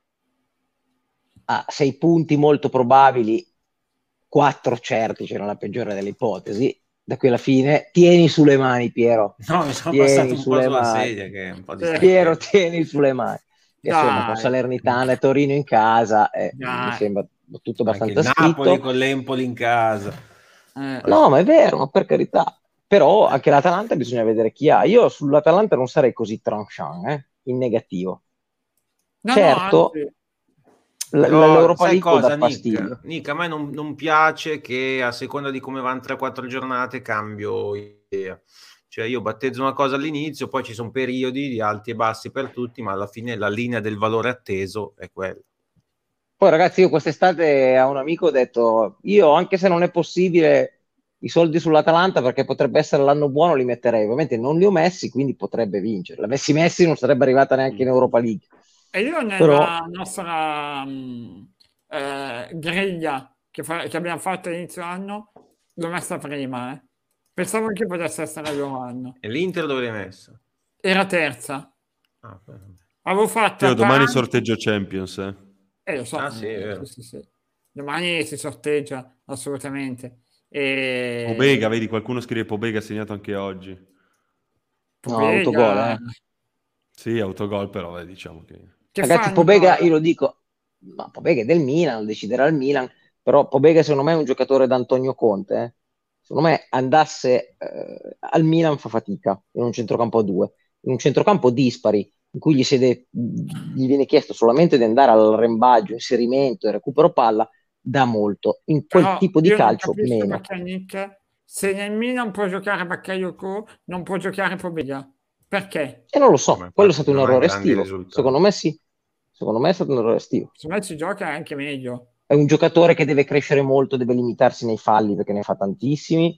ha sei punti molto probabili, quattro certi, cioè nella peggiore delle ipotesi. Da qui alla fine, tieni sulle mani, Piero. no, mi sono Tieni passato un po' sulle sulla mani. sedia che è un po' Sì. Piero, distrattente. tieni sulle mani. Che insomma, con Dai, Salernitana e Torino in casa, eh, mi dai. sembra tutto Anche il abbastanza Napoli scritto. con l'Empoli in casa. Eh, No, ma è vero, ma per carità. Però anche l'Atalanta bisogna vedere chi ha. Io sull'Atalanta non sarei così tranchant, eh, in negativo. no, no, Certo, anzi, l- Però l'Europa sai League può cosa, dar fastidio. Nick? Nick, a me non, non piace che a seconda di come vanno tre quattro giornate cambio idea. Cioè io battezzo una cosa all'inizio, poi ci sono periodi di alti e bassi per tutti, ma alla fine la linea del valore atteso è quella. Poi ragazzi, io quest'estate a un amico ho detto, io anche se non è possibile i soldi sull'Atalanta perché potrebbe essere l'anno buono li metterei. Ovviamente non li ho messi, quindi potrebbe vincere. L'avessi messi non sarebbe arrivata neanche in Europa League. e io Però nella nostra mh, eh, griglia che, fa- che abbiamo fatto all'inizio anno l'ho messa prima, eh. Pensavo che potesse essere il loro anno. E l'Inter dove l'hai messa? Era terza. Ah, vabbè. Avevo fatto Teo, domani Atalanta- sorteggio Champions, eh. Eh, lo so, Ah, sì, è eh, vero. sì, sì, sì. Domani si sorteggia assolutamente. E... Pobega, vedi, qualcuno scrive Pobega ha segnato anche oggi. no, Pobega, autogol, eh. Sì, autogol, però eh, diciamo che... che Ragazzi, fanno? Pobega, io lo dico, ma Pobega è del Milan, lo deciderà il Milan, però Pobega secondo me è un giocatore d'Antonio Conte. eh. Secondo me andasse eh, al Milan fa fatica in un centrocampo a due, in un centrocampo dispari, in cui gli, siede- gli viene chiesto solamente di andare al rembaggio, inserimento e recupero palla, dà molto. In quel Però tipo di io non calcio capisco meno. perché Nick, se nel Milan può giocare Bakayoko, non può giocare Pobega. Perché? E non lo Come so, quello è infatti stato un non ha errore grandi estivo. risultati. Secondo me sì, secondo me è stato un errore estivo. Secondo me si gioca anche meglio. È un giocatore che deve crescere molto, deve limitarsi nei falli perché ne fa tantissimi.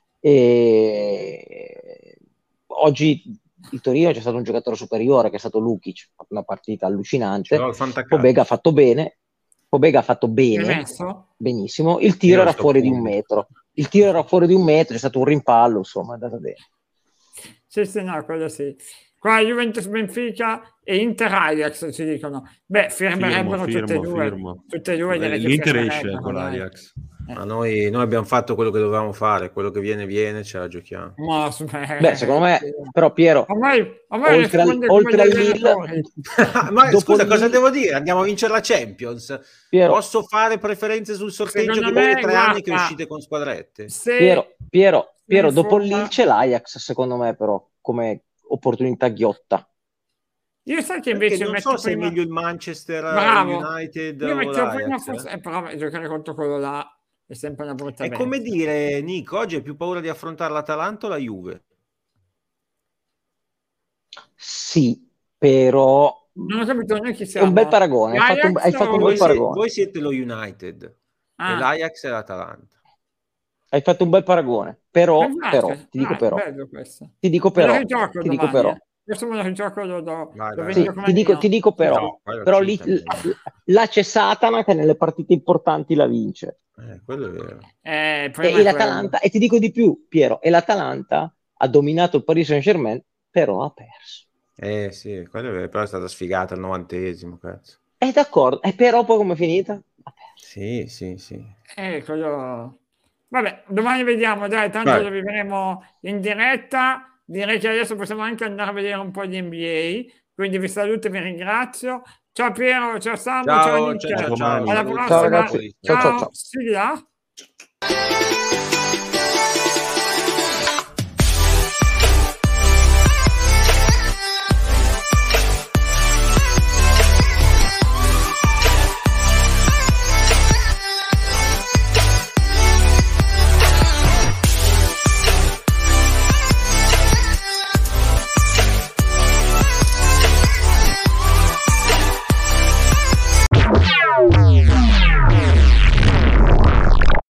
E oggi il Torino c'è stato un giocatore superiore che è stato Lukic, ha fatto una partita Ce l'ho allucinante. al fantacalcio. Pobega ha fatto bene, Pobega ha fatto L'hai bene, messo? benissimo. Il Io tiro lo era sto fuori di un pubblico. metro. Il tiro era fuori di un metro, c'è stato un rimpallo, insomma, è andata bene. Sì, sì, no, quello sì. qua Juventus Benfica e Inter Ajax ci dicono, beh, firmerebbero Firmo, tutte e firmo, due, firmo. tutte e due direi che L'Inter esce firmerebbero, con dai. l'Ajax. Ma noi, noi abbiamo fatto quello che dovevamo fare, quello che viene viene, ce la giochiamo. Ma, eh, Beh, secondo me, però Piero, ormai, ormai oltre, al, risponde come oltre gli al allenatori. Lille, Ma dopo scusa, il cosa Lille- devo dire? Andiamo a vincere la Champions. Piero, Posso fare preferenze sul sorteggio Secondo che dopo me, tre anni che guarda, uscite con squadrette? se Piero, Piero, Piero, in dopo il forma- Lille c'è l'Ajax, secondo me, però, come opportunità ghiotta. io sai che Perché invece non metto so se è prima... meglio il Manchester Bravo. United Io o metto prima l'Ajax. forse, eh, però giocare contro quello là è sempre una brutta È bestia. come dire, Nico, oggi hai più paura di affrontare l'Atalanta o la Juve? Sì, però Non ho capito noi chi è siamo. un bel paragone. Hai fatto un, hai L'Ajax fatto un o- Voi, bel siete, paragone. voi siete lo United Ah. e l'Ajax è l'Atalanta. Hai fatto un bel paragone. Però, Mi piace. però, ti dico Ah, però. bello questo. Ti dico Me lo però. rigioco Ti dico domani, però. eh. Questo me lo rigioco, lo do, Vai, lo vai, vedo Sì, come ti dico, mio. ti dico però. No, poi lo Però lì, citano. là c'è Satana che nelle partite importanti la vince. Eh, quello è vero. Eh, il E, problema e è l'Atalanta, e ti dico di più, Piero, e l'Atalanta ha dominato il Paris Saint-Germain, però ha perso. Eh sì, quello è vero, però è stata sfigata al novantesimo, cazzo. È d'accordo, e però poi come è finita? Ha perso. Sì, sì, sì. quello. Eh, quello... Vabbè, domani vediamo, dai, tanto Vai. lo vivremo in diretta. Direi che adesso possiamo anche andare a vedere un po' di N B A. Quindi vi saluto e vi ringrazio. Ciao Piero, ciao Samu, ciao, Ciao, Nick. ciao, ciao, ciao. Alla Saluti. prossima. Ciao ragazzi, ciao ciao ciao. Sigla.